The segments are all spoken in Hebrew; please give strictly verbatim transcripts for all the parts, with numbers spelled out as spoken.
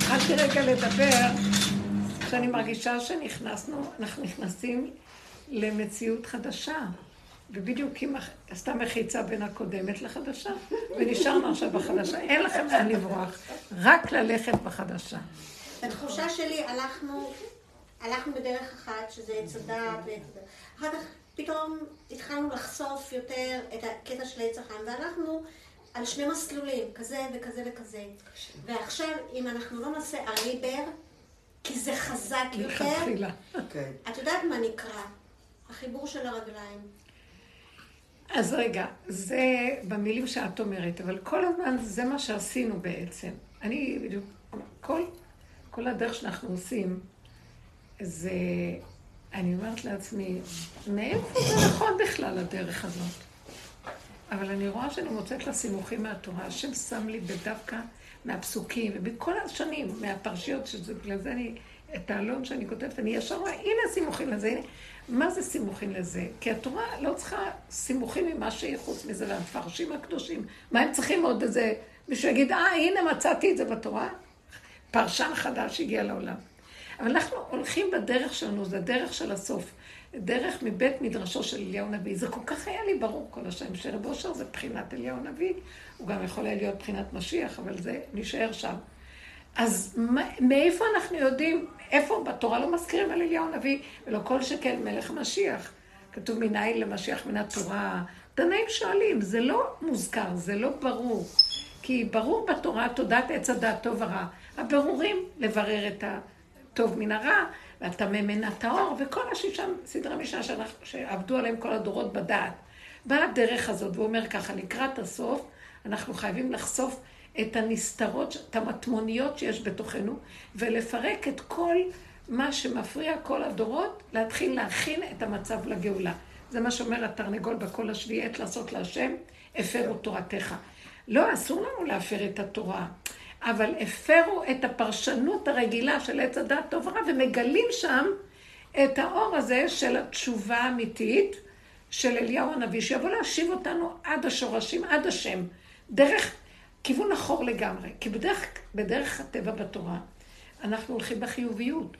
התחלתי רגע לדבר, שאני מרגישה שנכנסנו, אנחנו נכנסים למציאות חדשה. ובדיוק היא עשתה מחיצה בין הקודמת לחדשה, ונשארנו עכשיו בחדשה. אין לכם לאן לברוח, רק ללכת בחדשה. בתחושה שלי הלכנו, הלכנו בדרך אחת, שזה עץ הדעת, אחר כך פתאום התחלנו לחשוף יותר את הקטע של עץ החיים, והלכנו על שני מסלולים, כזה וכזה וכזה. ועכשיו, אם אנחנו לא נעשה הריבר, כי זה חזק יותר, את יודעת מה נקרא? החיבור של הרגליים. אז רגע, זה במילים שאת אומרת, אבל כל הזמן זה מה שעשינו בעצם. אני בדיוק, כל, כל הדרך שאנחנו עושים, זה, אני אומרת לעצמי, מאיפה זה נכון בכלל הדרך הזאת? אבל אני רואה שאני מוצאת לה סימוכים מהתורה, השם שם לי בדווקא מהפסוקים, ובכל השנים, מהפרשיות, שזה בגלל זה אני, את העלון שאני כותבת, אני ישר רואה, הנה סימוכים לזה, הנה. מה זה סימוכים לזה? כי התורה לא צריכה סימוכים ממה שהיא חוץ מזה, והמפרשים הקדושים. מה הם צריכים עוד איזה, מישהו יגיד, אה, הנה מצאתי את זה בתורה? פרשן חדש הגיע לעולם. אבל אנחנו הולכים בדרך שלנו, זה דרך של הסוף. דרך מבית מדרשו של אליהו נביא. זה כל כך היה לי ברור כל השם, שרב אושר זה בחינת אליהו נביא, הוא גם יכול להיות בחינת משיח, אבל זה נשאר שם. אז מאיפה אנחנו יודעים, איפה בתורה לא מזכירים על אליהו נביא, ולא כל שכן מלך המשיח. כתוב מנין למשיח מן התורה. תנאים שואלים, זה לא מוזכר, זה לא ברור. כי ברור בתורה תודעת עץ הדעת טוב ורע. הבירורים לברר את הטוב מן הרע, והטמא מן הטהור, וכל השישה סדרי משנה שעבדו עליהם כל הדורות בדעת. באה הדרך הזאת, והוא אומר ככה, לקראת הסוף, אנחנו חייבים לחשוף את הנסתרות, את המטמוניות שיש בתוכנו, ולפרק את כל מה שמפריע כל הדורות, להתחיל להכין את המצב לגאולה. זה מה שאומר התרנגול בקול השביעי, עת לעשות להשם, הפרו תורתך. לא, אסור לנו להפר את התורה, אבל הפרו את הפרשנות הרגילה של עץ הדעת טוב ורע, ומגלים שם את האור הזה של התשובה האמיתית של אליהו הנביא, שיבוא להשיב אותנו עד השורשים, עד השם, דרך כיוון אחור לגמרי, כי בדרך, בדרך הטבע בתורה אנחנו הולכים בחיוביות.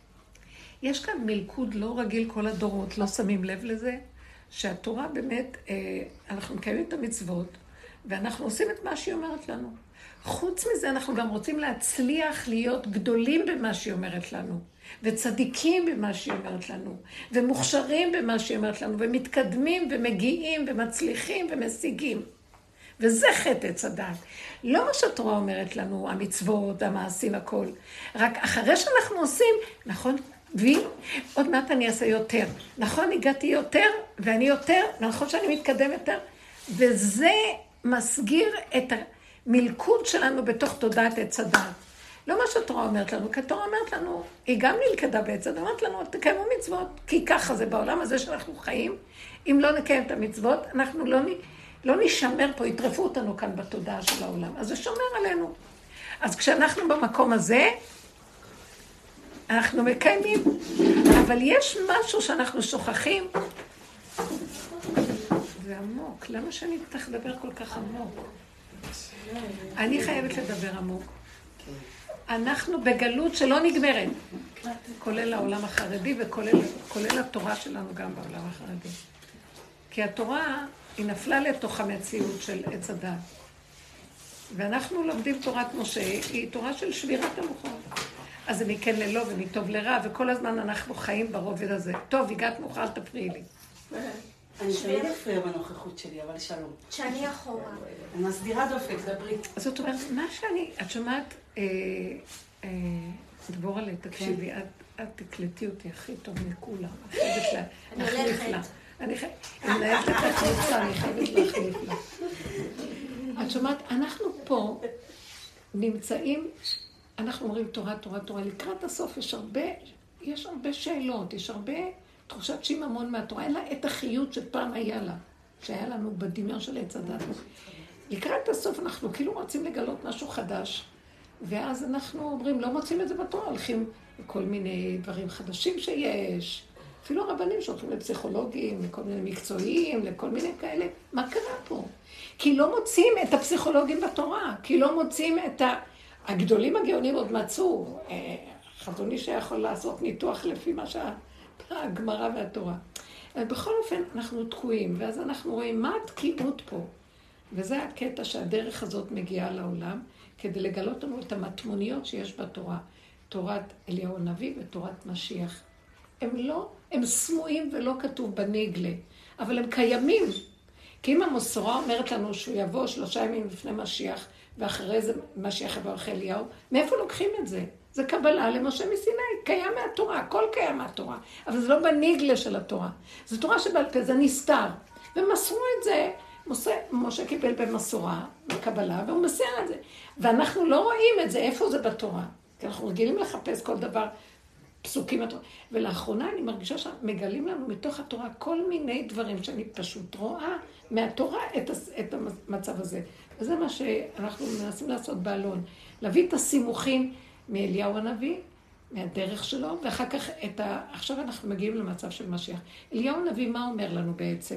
יש כאן מלכוד לא רגיל כל הדורות, לא שמים לב לזה, שהתורה באמת, אנחנו מקיימים את המצוות, ואנחנו עושים את מה שהיא אומרת לנו. חוץ מזה אנחנו גם רוצים להצליח להיות גדולים במה שהיא אומרת לנו, וצדיקים במה שהיא אומרת לנו, ומוכשרים במה שהיא אומרת לנו, ומתקדמים ומגיעים ומצליחים ומשיגים. וזה חטא עץ הדעת. לא מה שהתורה אומרת לנו, המצוות, המעשים, הכל. רק אחרי שאנחנו עושים, נכון, וי, עוד מעט אני אעשה יותר. נכון, הגעתי יותר, ואני יותר, נכון שאני מתקדם יותר, וזה מסגיר את המלכוד שלנו בתוך תודעת עץ הדעת. לא מה שהתורה אומרת לנו, כי התורה אומרת לנו, היא גם נלכדה בעץ הדעת, אומרת לנו, תקיימו מצוות, כי ככה זה בעולם הזה שאנחנו חיים. אם לא נקיים את המצוות, אנחנו לא נ... לא נשמר פה, יטרפו אותנו כאן בתודעה של העולם. אז זה שומר עלינו. אז כשאנחנו במקום הזה, אנחנו מקיימים. אבל יש משהו שאנחנו שוכחים. זה עמוק. למה שאני צריך לדבר כל כך עמוק? אני חייבת לדבר עמוק. אנחנו בגלות שלא נגמרת. כולל העולם החרדי וכולל התורה שלנו גם בעולם החרדי. כי התורה היא נפלה לתוך המציאות של עץ הדעת. ואנחנו לומדים תורת משה, היא תורה של שבירת המוחות. אז זה מכן ללא ומטוב לרע, וכל הזמן אנחנו חיים ברובד הזה. טוב, הגעת מאוחר, תפריעי לי. אני תמיד אפריע בנוכחות שלי, אבל שלום. שאני אחורה. אני מסדירה דופק, דברי. אז זאת אומרת, מה שאני, את שומעת, דבור עלי, תקשיבי, את תקלטי אותי הכי טוב מכולם. אני הולכת. אני מנהלת את הקבוצה, אני חייבת להחליף לה. את שומעת, אנחנו פה נמצאים, אנחנו אומרים תורה, תורה, תורה, לקראת הסוף יש הרבה, יש הרבה שאלות, יש הרבה תחושת שיממון מהתורה, אין לה את החיות שפעם היה לה, שהיה לנו בדמיון של עץ הדת. לקראת הסוף אנחנו כאילו רוצים לגלות משהו חדש, ואז אנחנו אומרים, לא מוצאים את זה בתורה, הולכים לכל מיני דברים חדשים שיש, אפילו רבנים שהולכים לפסיכולוגים, לכל מיני מקצועיים, לכל מיני כאלה. מה קרה פה? כי לא מוצאים את הפסיכולוגים בתורה, כי לא מוצאים את הגדולים הגאונים עוד מצאו, חזון איש יכול לעשות ניתוח לפי מה שהגמרא והתורה. בכל אופן אנחנו תקועים, ואז אנחנו רואים מה התקיעות פה. וזה הקטע שהדרך הזאת מגיעה לעולם, כדי לגלות לנו את המטמוניות שיש בתורה. תורת אליהו הנביא ותורת משיח. הם לא, הם סמויים ולא כתוב בנגלה, אבל הם קיימים. כי אם המסורה אומרת לנו שהוא יבוא שלושה ימים לפני משיח, ואחרי זה משיח יבוא אחרי אליהו, מאיפה לוקחים את זה? זה קבלה למשה מסיני, קיים מהתורה, הכל קיים מהתורה, אבל זה לא בנגלה של התורה. זו תורה שבעל פה, זה נסתר. ומסרו את זה, משה, משה קיבל במסורה, בקבלה, והוא מסר את זה. ואנחנו לא רואים את זה, איפה זה בתורה. כי אנחנו רגילים לחפש כל דבר, פסוקים התורה. ולאחרונה אני מרגישה שמגלים לנו מתוך התורה כל מיני דברים שאני פשוט רואה מהתורה את, את המצב הזה. וזה מה שאנחנו מנסים לעשות באלון. להביא את הסימוכים מאליהו הנביא, מהדרך שלו, ואחר כך את ה... עכשיו אנחנו מגיעים למצב של משיח. אליהו הנביא, מה אומר לנו בעצם?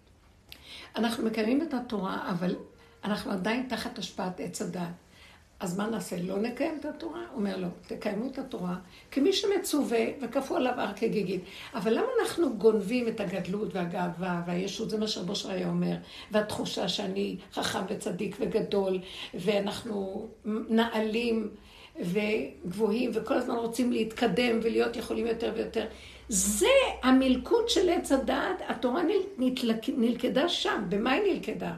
אנחנו מקיימים את התורה, אבל אנחנו עדיין תחת השפעת עץ הדעת. אז מה נעשה? לא נקיים את התורה? הוא אומר לו, תקיימו את התורה, כמי שמצווה וכפו עליו הר כגיגית. אבל למה אנחנו גונבים את הגדלות והגאווה והישות? זה מה שרבו שריה אומר. והתחושה שאני חכם וצדיק וגדול, ואנחנו נעלים וגבוהים, וכל הזמן רוצים להתקדם ולהיות יכולים יותר ויותר. זה המלכות של עץ הדעת. התורה נלכדה שם. במה היא נלכדה?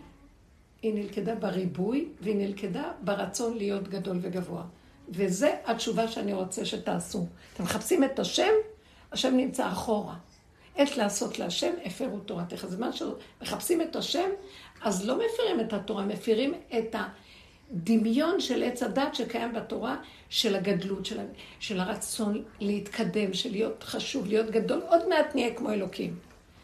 היא נלכדה בריבוי, והיא נלכדה ברצון להיות גדול וגבוה. וזה התשובה שאני רוצה שתעשו. אתם מחפשים את השם, השם נמצא אחורה. עת לעשות להשם, הפרו תורתך. אז מה שמחפשים את השם, אז לא מפירים את התורה, מפירים את הדמיון של עץ הדת שקיים בתורה, של הגדלות, של, של הרצון להתקדם, של להיות חשוב, להיות גדול. עוד מעט נהיה כמו אלוקים.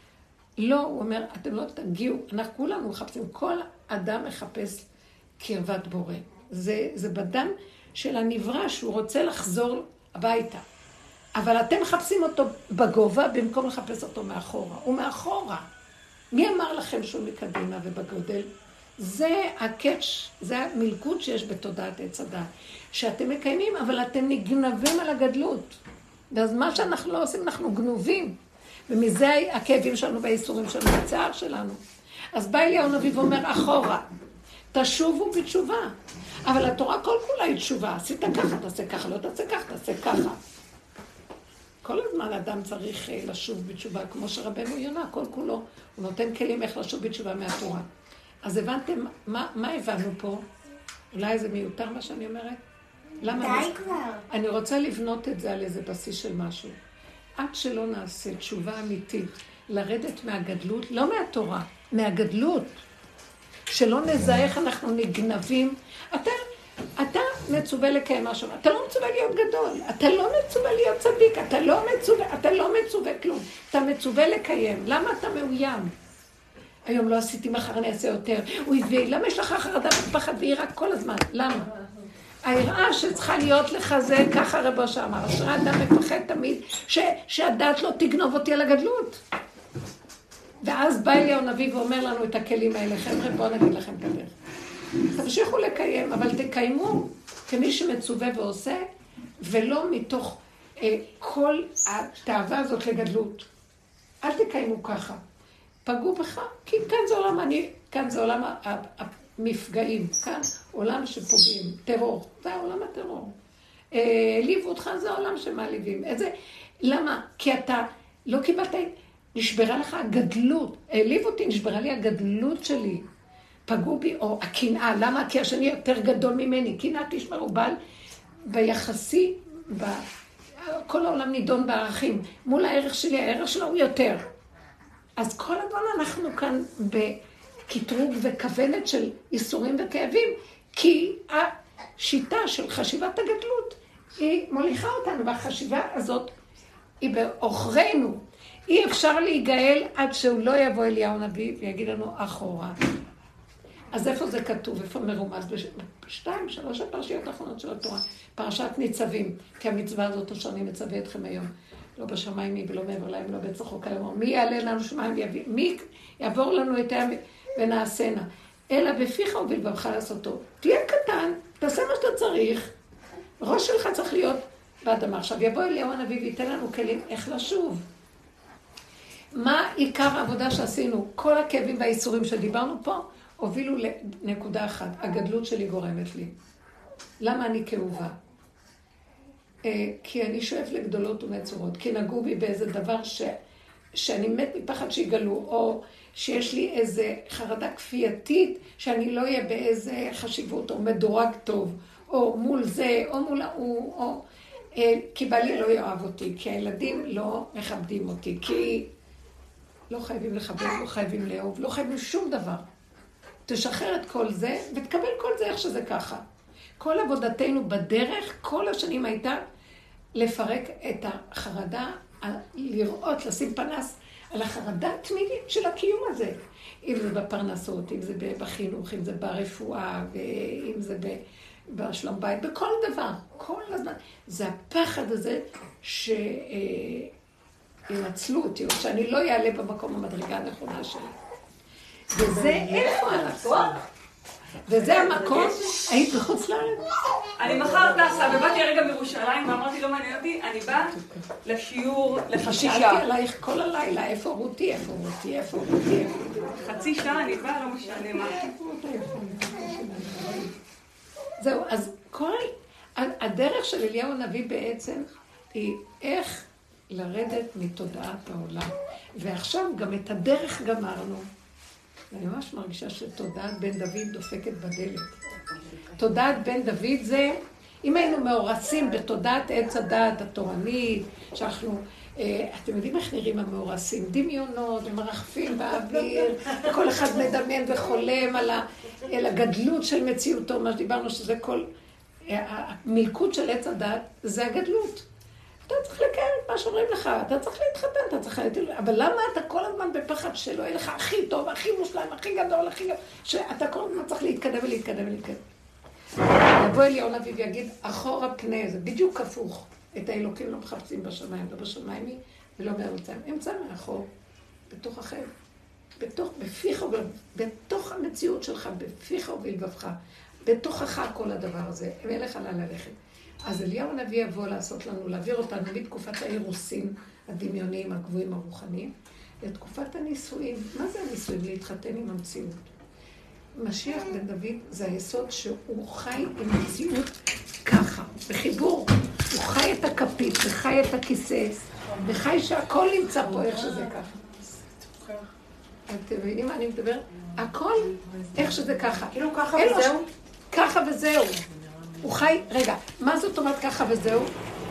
לא, הוא אומר, אתם לא תגיעו, אנחנו כולנו מחפשים, כל אדם מחפש קרבת בורא. זה, זה בדם של הנברא שהוא רוצה לחזור הביתה. אבל אתם מחפשים אותו בגובה במקום לחפש אותו מאחורה. הוא מאחורה. מי אמר לכם שהוא מקדימה ובגודל? זה הקאץ', זה המלכות שיש בתודעת עץ הדת. שאתם מקיימים, אבל אתם נגנבים על הגדלות. ואז מה שאנחנו לא עושים, אנחנו גנובים. ומזה הכאבים שלנו והאיסורים שלנו, הצער שלנו. אז בא אליהו הנביא ואומר, אחורה, תשובו בתשובה. אבל התורה כל כולה היא תשובה. עשית ככה, תעשה ככה, לא תעשה ככה, תעשה ככה. כל הזמן האדם צריך לשוב בתשובה, כמו שרבנו יונה, כל כולו, הוא נותן כלים איך לשוב בתשובה מהתורה. אז הבנתם, מה, מה הבנו פה? אולי זה מיותר מה שאני אומרת? למה? די אני... כבר. אני רוצה לבנות את זה על איזה בסיס של משהו. עד שלא נעשה תשובה אמיתית, לרדת מהגדלות, לא מהתורה, מהגדלות, שלא נזהה איך אנחנו נגנבים. אתה, אתה מצווה לקיים משהו, אתה לא מצווה להיות גדול, אתה לא מצווה להיות צדיק, אתה לא מצווה, אתה לא מצווה כלום, אתה מצווה לקיים. למה אתה מאוים? היום לא עשיתי, מחר אני אעשה יותר. אוי ויי, למה יש לך חרדה ופחד ויראה כל הזמן? למה? היראה שצריכה להיות לך זה, ככה רבו שאמר, אשר האדם מפחד תמיד, ש, שהדעת לא תגנוב אותי על הגדלות. ואז בא אליהו הנביא ואומר לנו את הכלים האלה, חבר'ה, בואו נגיד לכם את הדרך. תמשיכו לקיים, אבל תקיימו כמי שמצווה ועושה, ולא מתוך אה, כל התאווה הזאת לגדלות. אל תקיימו ככה. פגעו בך, כי כאן זה עולם, אני, כאן זה עולם המפגעים, כאן עולם שפוגעים, טרור, זה עולם הטרור. העליבו אותך, זה העולם שמעליבים. איזה, למה? כי אתה לא קיבלת, נשברה לך הגדלות, העליב אותי, נשברה לי הגדלות שלי. פגעו בי, או הקנאה, למה? כי השני יותר גדול ממני, קנאה תשמרו בל, ביחסי, ב... כל העולם נידון בערכים, מול הערך שלי, הערך שלו הוא יותר. אז כל הזמן אנחנו כאן בקטרוג וכוונת של איסורים וכאבים, כי השיטה של חשיבת הגדלות היא מוליכה אותנו, והחשיבה הזאת היא באוכרנו. אי אפשר להיגאל עד שהוא לא יבוא אליהו הנביא ויגיד לנו אחורה. אז איפה זה כתוב? איפה מרומז? בשתיים, שלוש הפרשיות האחרונות של התורה. פרשת ניצבים, כי המצווה הזאת אשר אני מצווה אתכם היום. לא בשמיים מי ולא מעבר להם, לא בצחוק היום. מי יעלה לנו שמיים ויביא? מי יעבור לנו את הים ונעשנה? אלא בפיך ובלבבך לעשותו. תהיה קטן, תעשה מה שאתה צריך. ראש שלך צריך להיות באדמה. עכשיו יבוא אליהו הנביא וייתן לנו כלים איך לשוב. מה עיקר העבודה שעשינו? כל הכאבים והאיסורים שדיברנו פה, הובילו לנקודה אחת. הגדלות שלי גורמת לי. למה אני כאובה? כי אני שואף לגדולות ונצורות. כי נגעו בי באיזה דבר ש... שאני מת מפחד שיגלו, או שיש לי איזה חרדה כפייתית, שאני לא אהיה באיזה חשיבות, או מדורג טוב, או מול זה, או מול ההוא, או... כי בעלי לא יאהב אותי, כי הילדים לא מכבדים אותי, כי לא חייבים לכבד, לא חייבים לאהוב, לא חייבים שום דבר. תשחרר את כל זה, ותקבל כל זה איך שזה ככה. כל עבודתנו בדרך, כל השנים הייתה לפרק את החרדה, לראות, לשים פנס על החרדה התמידית של הקיום הזה. אם זה בפרנסות, אם זה בחינוך, אם זה ברפואה, אם זה בשלום בית, בכל דבר, כל הזמן. זה הפחד הזה שינצלו אותי, או שאני לא יעלה במקום המדרגה הנכונה שלי. וזה איפה הלכות? וזה המקום, היית בחוץ לארץ? אני מחר טסה, ובאתי הרגע מירושלים, ואמרתי, לא מעניין אותי, אני באה לשיעור לחצי שעה. שאלתי עלייך כל הלילה, איפה רותי, איפה רותי, איפה רותי, איפה רותי. חצי שעה אני באה, לא משנה מה. זהו, אז כל הדרך של אליהו הנביא בעצם היא איך לרדת מתודעת העולם. ועכשיו גם את הדרך גמרנו. אני ממש מרגישה שתודעת בן דוד דופקת בדלת. תודעת בן דוד זה, אם היינו מאורסים בתודעת עץ הדעת התורנית, שאנחנו, אה, אתם יודעים איך נראים המאורסים? דמיונות, מרחפים באוויר, כל אחד מדמיין וחולם על, ה, על הגדלות של מציאותו, מה שדיברנו שזה כל, המלכות של עץ הדעת, זה הגדלות. אתה צריך לקיים את מה שאומרים לך, אתה צריך להתחתן, אתה צריך להתחיל, אבל למה אתה כל הזמן בפחד שלא יהיה לך הכי טוב, הכי מושלם, הכי גדול, הכי גדול, שאתה כל הזמן צריך להתקדם ולהתקדם ולהתקדם. יבוא אליהו הנביא ויגיד, אחורה פנה, זה בדיוק הפוך. את האלוקים לא מחפשים בשמיים, לא בשמיים היא ולא בארצם. אמצע מאחור, בתוך החיים, בתוך, בפיך, בתוך המציאות שלך, בפיך ובלבבך, בתוכך כל הדבר הזה, אין לך לאן ללכת. אז אליהו הנביא יבוא לעשות לנו, להעביר אותנו מתקופת האירוסים הדמיוניים, הגבוהים הרוחניים, לתקופת הנישואים. מה זה הנישואים? להתחתן עם המציאות. משיח בן דוד זה היסוד שהוא חי עם המציאות ככה, בחיבור. הוא חי את הכפית, וחי את הכיסא, וחי שהכל נמצא פה איך שזה ככה. אתם מבינים מה אני מדבר? הכל איך שזה ככה. כאילו ככה וזהו? ככה וזהו. הוא חי, רגע, מה זאת אומרת ככה וזהו?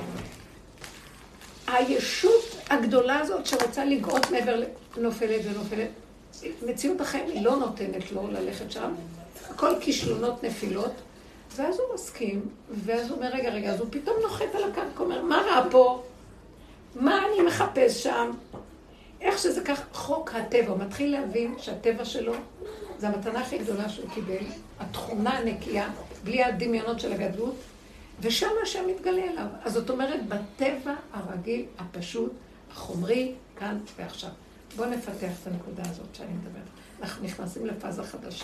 הישות הגדולה הזאת שרוצה לגאות מעבר נופלת ונופלת, מציאות החיים היא לא נותנת לו ללכת שם, הכל כישלונות נפילות, ואז הוא מסכים, ואז הוא אומר, רגע, רגע, אז הוא פתאום נוחת על הקרקע, אומר, מה רע פה? מה אני מחפש שם? איך שזה כך, חוק הטבע, הוא מתחיל להבין שהטבע שלו, זה המתנה הכי גדולה שהוא קיבל, התכונה הנקייה, בלי הדמיונות של הגדלות, ושם השם מתגלה אליו. אז זאת אומרת, בטבע הרגיל, הפשוט, החומרי, כאן ועכשיו. בואו נפתח את הנקודה הזאת שאני מדברת. אנחנו נכנסים לפאזה חדשה.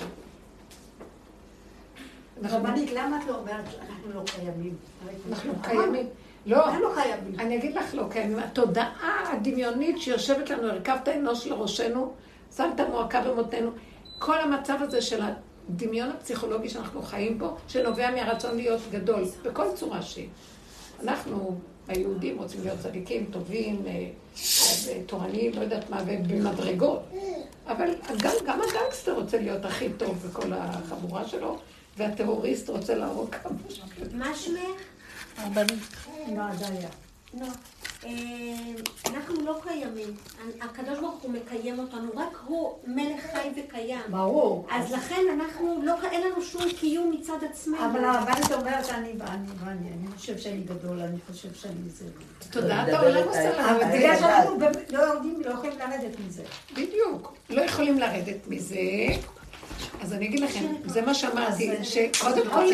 רבנית, למה את לא אומרת אנחנו לא קיימים? אנחנו קיימים. לא, אנחנו לא קיימים. אני אגיד לך לא קיימים. התודעה הדמיונית שיושבת לנו, הרכבת אנוש לראשנו, שמת מועקה במותנינו, כל המצב הזה של הדמיון הפסיכולוגי שאנחנו חיים בו, שנובע מהרצון להיות גדול, בכל צורה שהיא. אנחנו, היהודים, רוצים להיות צדיקים, טובים, תורניים, לא יודעת מה, ובמדרגות. אבל גם, גם הגנגסטר רוצה להיות הכי טוב בכל החבורה שלו, והטרוריסט רוצה להרוג כמה שקל. מה שמך? הרבנית. לא, דליה. לא. אנחנו לא קיימים. הקדוש ברוך הוא מקיים אותנו, רק הוא מלך חי וקיים. ברור. אז לכן אנחנו, אין לנו שום קיום מצד עצמנו. אבל הרבנית אומרת שאני אני חושב שאני גדול, אני חושב שאני זה. תודעת העולם עושה לנו. אבל בגלל שאנחנו לא יודעים, לא יכולים לרדת מזה. בדיוק. לא יכולים לרדת מזה. אז אני אגיד לכם, זה מה שאמרתי, שקודם כל,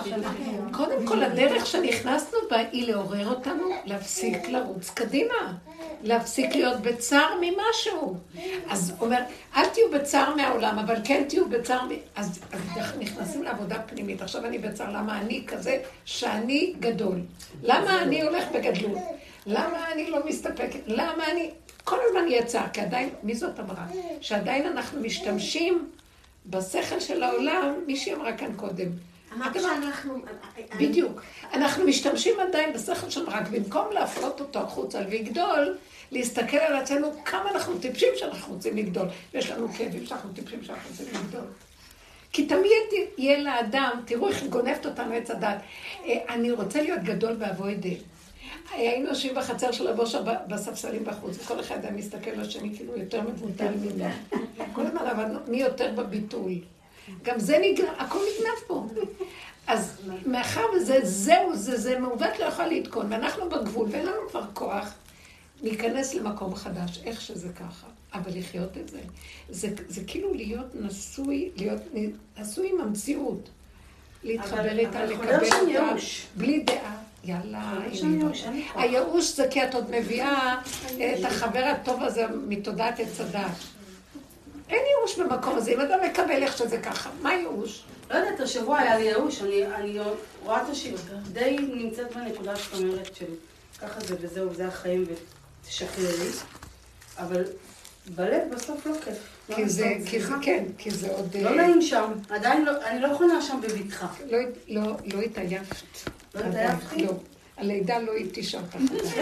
קודם כל הדרך שנכנסנו בה היא לעורר אותנו, להפסיק לרוץ קדימה, להפסיק להיות בצער ממשהו. אז הוא אומר, אל תהיו בצער מהעולם, אבל כן תהיו בצער, אז נכנסים לעבודה פנימית. עכשיו אני בצער, למה אני כזה שאני גדול? למה אני הולך בגדלות? למה אני לא מסתפקת? למה אני... כל הזמן יצא, כי עדיין, מי זאת אמרה? שעדיין אנחנו משתמשים בשכל של העולם, מישהי אמרה כאן קודם. אמרת שאנחנו... בדיוק. אנחנו משתמשים עדיין בשכל של רק במקום להפלות אותו החוצה ויגדול, להסתכל על עצמנו כמה אנחנו טיפשים שאנחנו רוצים לגדול. ויש לנו כאבים שאנחנו טיפשים שאנחנו רוצים לגדול. כי תמיד יהיה לאדם, תראו איך היא גונבת אותנו עץ הדת. אני רוצה להיות גדול ואבוידי. היינו יושבים בחצר של הבושר בספסלים בחוץ, וכל אחד היה מסתכל לשני כאילו יותר מבוטל ממנו. כל הזמן עבדנו, מי יותר בביטול. גם זה נגנב, הכל נגנב פה. אז מאחר וזה, זהו, זה, זה מעוות לא יכול להתקון, ואנחנו בגבול, ואין לנו כבר כוח להיכנס למקום חדש, איך שזה ככה. אבל לחיות את זה, זה, זה כאילו להיות נשוי, להיות נשוי עם המציאות. להתחבר איתה, לקבל אותה, בלי דעה. יאללה, הייאוש זה כי את עוד מביאה את החבר הטוב הזה מתודעת עץ הדת. אין ייאוש במקום הזה, אם אתה מקבל איך שזה ככה, מה ייאוש? לא יודעת, השבוע היה לי ייאוש, אני רואה את השיר, די נמצאת בנקודה שאת אומרת של ככה זה וזהו, זה החיים ותשחררי, אבל בלב בסוף לא כיף. כי זה, כן, כי זה עוד... לא נעים שם, עדיין לא, אני לא יכולה שם בביטחה. לא התעייפת. לא התעייפתי? לא. הלידה לא הייתי שם ככה.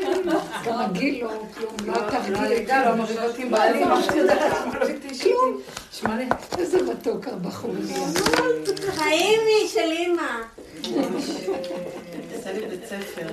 גם הגיל לא, כלום, לא תבגיל. הלידה לא מריבות עם בעלי, מה שאתה יודעת, לא הייתי אישית. שמע לי, איזה מתוק הבחור לי. חיים לי של אמא. עשה לי בית ספר.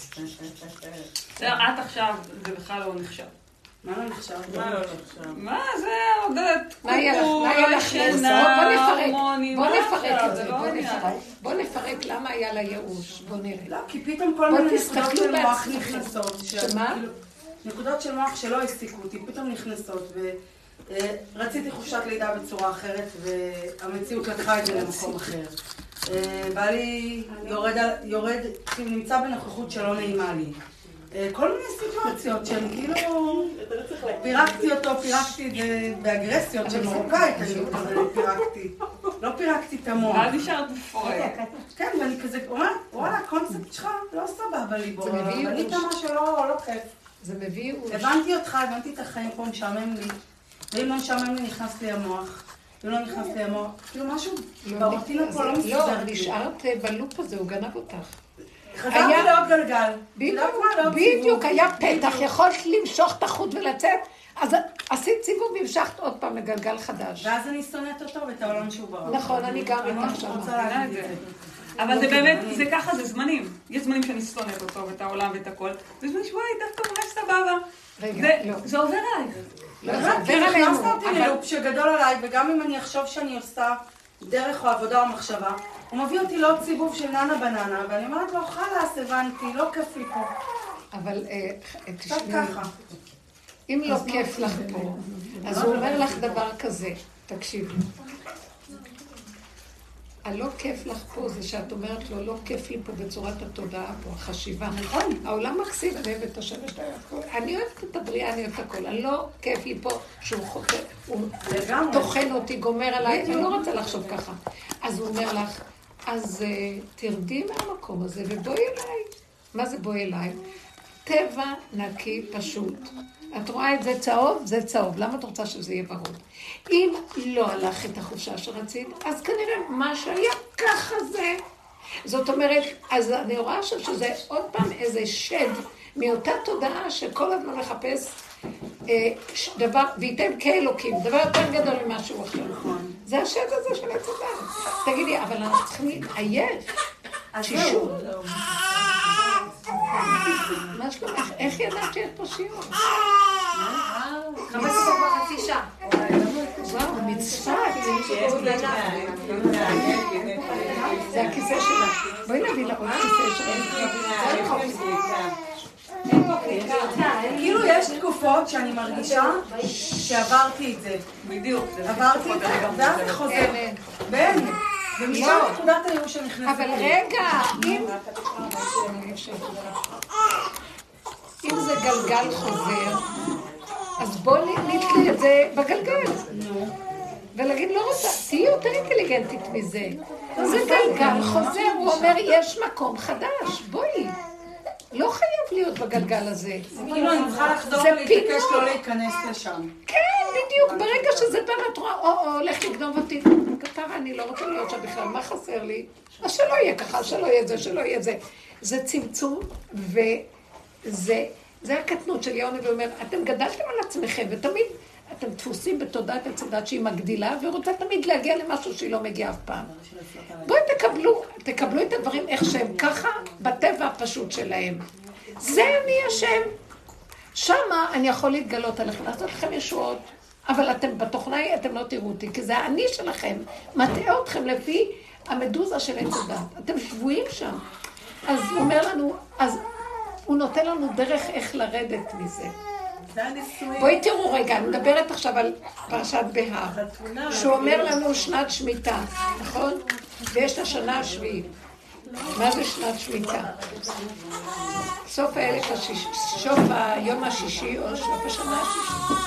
את עכשיו, זה בכלל לא נחשב. מה לא נחשב? מה לא נחשב? מה זה עוד מה היה לך? מה היה לך? בוא נפרק, בוא נפרק את זה, בוא נפרק. בוא נפרק למה היה לה ייאוש, בוא נראה. לא, כי פתאום כל מיני נקודות של מוח נכנסות. שמה? נקודות של מוח שלא הסתיקו אותי, פתאום נכנסות, ורציתי חופשת לידה בצורה אחרת, והמציאות לקחה את זה למקום אחר. בעלי יורד, נמצא בנוכחות שלא נעימה לי. כל מיני סיטואציות שהן כאילו... פירקתי אותו, פירקתי את זה באגרסיות של מרוקאית, אני פירקתי. לא פירקתי את המוח. ואז נשארת מפורק. כן, ואני כזה אומרת, וואלה, הקונספט שלך לא סבבה לי בו. בנית משהו לא כיף. זה מביא ייאוש. הבנתי אותך, הבנתי את החיים פה, משעמם לי. ואם לא משעמם לי, נכנס לי המוח. אם לא נכנס לי המוח, כאילו משהו ברוטינה פה לא מסתדר. לא, נשארת בלופ הזה, הוא גנב אותך. חזרתי לעוד גלגל. בדיוק, היה פתח, יכולת למשוך את החוט ולצאת, אז עשית סיבוב והמשכת עוד פעם לגלגל חדש. ואז אני שונאת אותו ואת העולם שהוא ברור. נכון, אני גם איתך שם. אבל זה באמת, זה ככה, זה זמנים. יש זמנים שאני שונאת אותו ואת העולם ואת הכל. זה זמנים שוואי, דווקא ממש סבבה. זה עובר עלייך. כי נכנסת אותי ללופ שגדול עליי, וגם אם אני אחשוב שאני עושה דרך או עבודה או מחשבה, הוא מביא אותי לעוד סיבוב של ננה בננה, ואני אומרת לו, חלאס, הבנתי, לא כיף לי פה. אבל קצת ככה. אם לא כיף לך פה, אז הוא אומר לך דבר כזה, תקשיבי. הלא כיף לך פה זה שאת אומרת לו, לא כיף לי פה בצורת התודעה פה, החשיבה. נכון. העולם מקסים, אני אוהבת השמש, אני אוהבת את הבריאה, אני אוהבת הכל. הלא כיף לי פה שהוא חוקר, הוא תוכן אותי, גומר עליי, אני לא רוצה לחשוב ככה. אז הוא אומר לך, אז תרדי מהמקום הזה ובואי אליי. מה זה בואי אליי? טבע נקי פשוט. את רואה את זה צהוב? זה צהוב. למה את רוצה שזה יהיה ורוד? אם לא הלך את החופשה שרצית, אז כנראה מה שהיה ככה זה. זאת אומרת, אז אני רואה עכשיו שזה עוד פעם איזה שד מאותה תודעה שכל הזמן מחפש אה, דבר, וייתם כאלוקים, דבר יותר גדול ממשהו אחר. נכון. זה השד הזה של הצדה. תגידי, אבל אנחנו צריכים להתעייף. שישור. מה שלומך? איך ידעת שאת פה שיעור? חמש דקות בחצי שעה. וואו, מצפת. זה הכיסא שלה. בואי נביא לה עוד כיסא שלה. כאילו יש תקופות שאני מרגישה שעברתי את זה. בדיוק. עברתי את זה, ואז זה חוזר. ואין. ומשם נקודת הייאוש שנכנסת. אבל רגע, אם... אם זה גלגל חוזר, אז בואו נתלה את זה בגלגל. ולהגיד, לא רוצה, תהיי יותר אינטליגנטית מזה. זה גלגל חוזר, הוא אומר, יש מקום חדש, בואי. לא חייב להיות בגלגל הזה. כאילו אני צריכה לחזור ולהתעקש לא להיכנס לשם. כן, בדיוק, ברגע שזה בא מהתורה, או הולך לגנוב אותי, כתרה, אני לא רוצה להיות שם בכלל, מה חסר לי? אז שלא יהיה ככה, שלא יהיה זה, שלא יהיה זה. זה צמצום, וזה הקטנות של יוני, ואומר, אתם גדלתם על עצמכם, ותמיד אתם דפוסים בתודעת הצדת שהיא מגדילה, ורוצה תמיד להגיע למשהו שהיא לא מגיעה אף פעם. בואו תקבלו, תקבלו את הדברים איך שהם ככה, בטבע הפשוט שלהם. זה אני השם. שמה אני יכול להתגלות עליכם, לעשות לכם ישועות, אבל אתם בתוכנה, אתם לא תראו אותי, כי זה האני שלכם, מטעה אתכם לפי המדוזה של עץ הדת. אתם שבויים שם. אז הוא אומר לנו, אז הוא נותן לנו דרך איך לרדת מזה. בואי תראו רגע, אני מדברת עכשיו על פרשת בהר, שהוא אומר לנו שנת שמיטה, נכון? ויש השנה השביעית. מה זה שנת שמיטה? סוף האלף השישי, סוף היום השישי או סוף השנה השישית.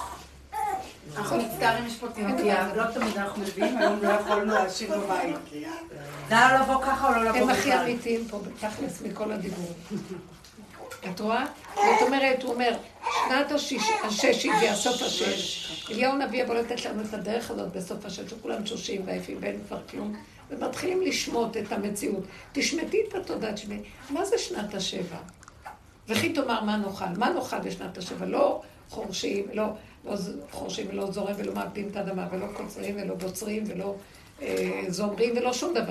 אנחנו מצטערים, יש פה תינוקיה, לא תמיד אנחנו מביאים, היום לא יכולנו להשאיר בבית. זה היה לבוא ככה או לא לבוא בכלל? הם הכי אמיתיים פה, בתכלס מכל הדיבור. את רואה? זאת אומרת, הוא אומר, שנת הששית והסוף השש. אליהו נביא יבוא לתת לנו את הדרך הזאת בסוף השש, שכולם תשושים ועייפים ואין כבר כלום, ומתחילים לשמוט את המציאות. תשמטי את התודעת שמי. מה זה שנת השבע? וכי תאמר מה נאכל? מה נאכל בשנת השבע? לא חורשים, לא, לא חורשים ולא זורם ולא מאבדים את האדמה, ולא קוצרים ולא בוצרים ולא אה, זומרים ולא שום דבר.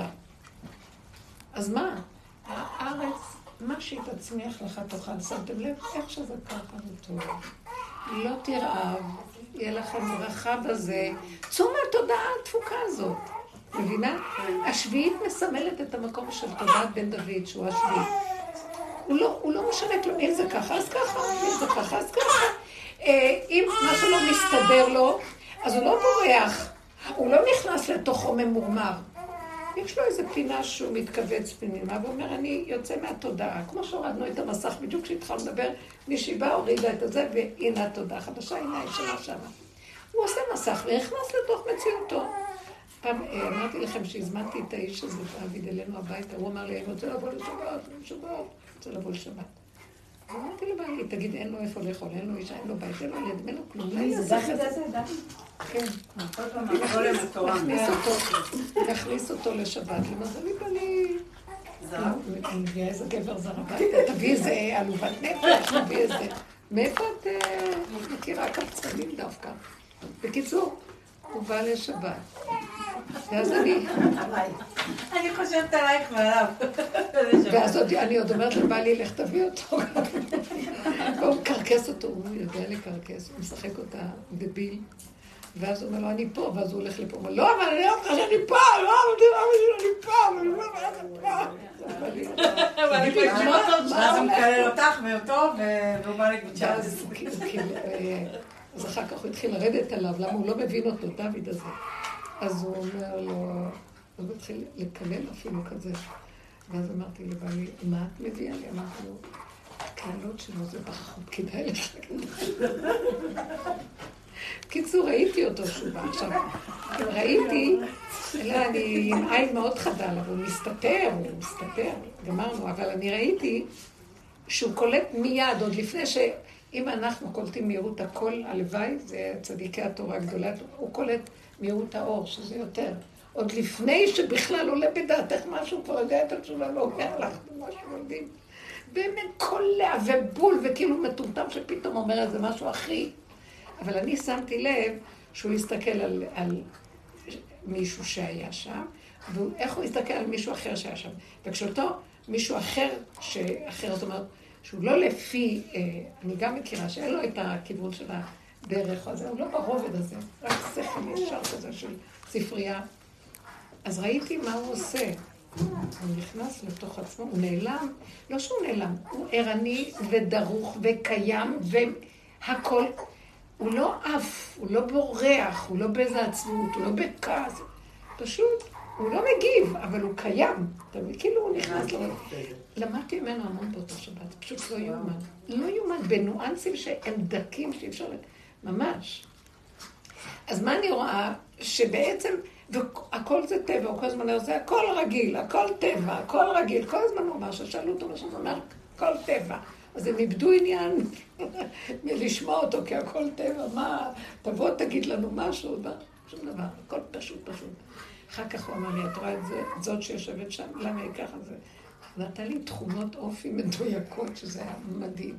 אז מה? הארץ... מה שהיא תצמיח לך תוכל, שמתם לב איך שזה ככה וטוב. לא תרעב, יהיה לכם ברכה בזה. צאו מהתודעה התפוקה הזאת. מבינה? השביעית מסמלת את המקום של תודעת בן דוד, שהוא השביעית. הוא לא, הוא לא משנה כלום. אם זה ככה, אז ככה. אם זה ככה, אז ככה. אם משהו לא מסתדר לו, אז הוא לא בורח. הוא לא נכנס לתוכו ממורמר. יש לו איזה פינה שהוא מתכווץ פנימה, ואומר, אני יוצא מהתודעה. כמו שהורדנו את המסך, בדיוק כשהתחלנו לדבר, מישהי באה, הורידה את זה, והנה התודעה חדשה, הנה הישנה שמה. הוא עושה מסך ונכנס לתוך מציאותו. פעם אמרתי לכם שהזמנתי את האיש הזה, דוד אלינו הביתה, הוא אמר לי, אני רוצה לבוא לשבת, אני לשבת, אני רוצה לבוא לשבת. אמרתי לבעלי, תגיד, אין לו איפה לאכול, אין לו אישה, אין לו בית, אין לו ילד, אין לו כלום. זה דף את זה, דף? כן. להכניס אותו לשבת. למזלי בלי... אני מביאה איזה גבר זר הביתה, תביא איזה עלובת נפש, תביא איזה... מאיפה את מכירה קפצנים דווקא? בקיצור, הוא בא לשבת. ואז אני... אני חושבת עלייך ועליו. ואז אני עוד אומרת לבעלי, לך תביא אותו. והוא מקרקס אותו, הוא יודע לקרקס, הוא משחק אותה דביל. ואז הוא אומר לו, אני פה, ואז הוא הולך לפה, הוא אומר, לא, אבל אני לא אומר שאני פה, לא, אבל אני פה, אבל אני לא אומר, אני פה. ואז הוא מקלל אותך ואותו, והוא בא לקבוצ'ה. אז אחר כך הוא התחיל לרדת עליו, למה הוא לא מבין אותו, דוד הזה. אז הוא אומר לו, הוא התחיל לקלל אפילו כזה. ואז אמרתי לבעלי, מה את מביאה לי? אמרתי לו, הקללות שלו זה פחות, כדאי לך. קיצור, ראיתי אותו שוב עכשיו. ראיתי, אלא אני עם עין מאוד חדה, אבל הוא מסתתר, הוא מסתתר, גמרנו, אבל אני ראיתי שהוא קולט מיד, עוד לפני ש... אם אנחנו קולטים מהירות הכל, הלוואי, זה צדיקי התורה הגדולה, הוא קולט מהירות האור, שזה יותר. עוד לפני שבכלל עולה בדעתך משהו, כבר יודע את התשובה, לא אומר לך משהו יודעים. באמת קולע ובול, וכאילו מטומטם שפתאום אומר איזה משהו הכי. אבל אני שמתי לב שהוא הסתכל על, על מישהו שהיה שם, ואיך הוא הסתכל על מישהו אחר שהיה שם. וכשאותו מישהו אחר, שאחר זאת אומרת, שהוא לא לפי, אה, אני גם מכירה שאין לו את הכיוון של הדרך הזה, הוא לא ברובד הזה, רק שכל ישר כזה של ספרייה. אז ראיתי מה הוא עושה. הוא נכנס לתוך עצמו, הוא נעלם, לא שהוא נעלם, הוא ערני ודרוך וקיים והכל, הוא לא אף, הוא לא בורח, הוא לא באיזה עצמות, הוא לא בכעס, פשוט, הוא לא מגיב, אבל הוא קיים, אתה מבין? כאילו הוא נכנס לו. למדתי ממנו המון באותה שבת, פשוט לא יומן, לא יומן, בנואנסים שהם דקים שאי אפשר, ממש. אז מה אני רואה? שבעצם, והכל זה טבע, הוא כל הזמן אומר, זה הכל רגיל, הכל טבע, הכל רגיל, כל הזמן הוא אומר, ששאלו אותו מה שאתה אומר, הכל טבע. אז הם איבדו עניין מלשמוע אותו, כי הכל טבע, מה, תבוא תגיד לנו משהו, שום דבר, הכל פשוט פשוט. אחר כך הוא אמר לי, את רואה את זה, זאת שיושבת שם, למה היא ככה זה? נתן לי תכונות אופי מדויקות, שזה היה מדהים.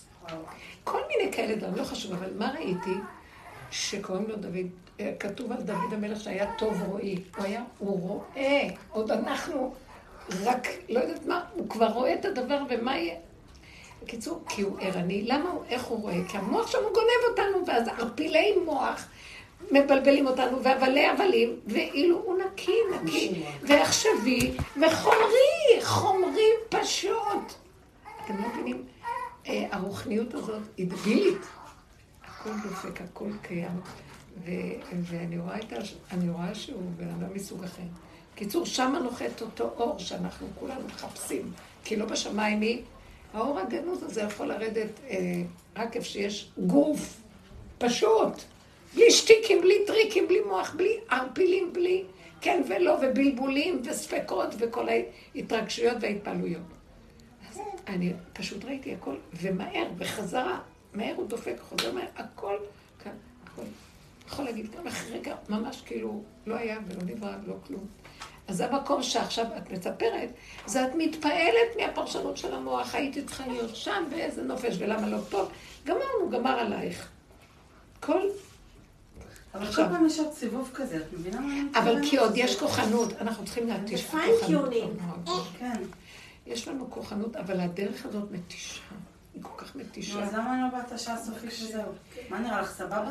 כל מיני כאלה דברים, לא חשוב, אבל מה ראיתי? שקוראים לו דוד, כתוב על דוד המלך שהיה טוב רואי. הוא היה, הוא רואה, עוד אנחנו רק, לא יודעת מה, הוא כבר רואה את הדבר ומה יהיה. בקיצור, כי הוא ערני, למה הוא, איך הוא רואה? כי המוח שם הוא גונב אותנו, ואז ערפילי מוח מבלבלים אותנו, והבלי הבלים, ואילו הוא נקי, נקי, ועכשווי, וחומרי, חומרי פשוט. אתם לא מבינים, הרוחניות הזאת היא דבילית. הכל דופק, הכל קיים, ו- ואני רואה, את הש... אני רואה שהוא בן אדם מסוג אחר. קיצור, שם נוחת אותו אור שאנחנו כולנו מחפשים, כי לא בשמיים היא, האור הגנוז הזה יכול לרדת אה, רק איפה שיש גוף, פשוט, בלי שטיקים, בלי טריקים, בלי מוח, בלי ערפילים, בלי כן ולא, ובלבולים וספקות וכל ההתרגשויות וההתפעלויות. אז אני פשוט ראיתי הכל, ומהר, בחזרה, מהר הוא דופק, חוזר מהר, הכל כאן, הכל. יכול להגיד גם אחרי רגע, ממש כאילו לא היה ולא נברא, לא כלום. אז זה המקום שעכשיו את מצפרת, זה את מתפעלת מהפרשנות של המוח, הייתי צריכה להיות שם ואיזה נופש ולמה לא טוב. גמרנו, גמר עלייך. כל... אבל כל פעם יש עוד סיבוב כזה, את מבינה מה? אבל כי עוד יש כוחנות, אנחנו צריכים להתיש את הכוחנות. כן. יש לנו כוחנות, אבל הדרך הזאת מתישה. היא כל כך מתישה. אז למה אני לא באת השעה הסופית וזהו? מה נראה לך, סבבה?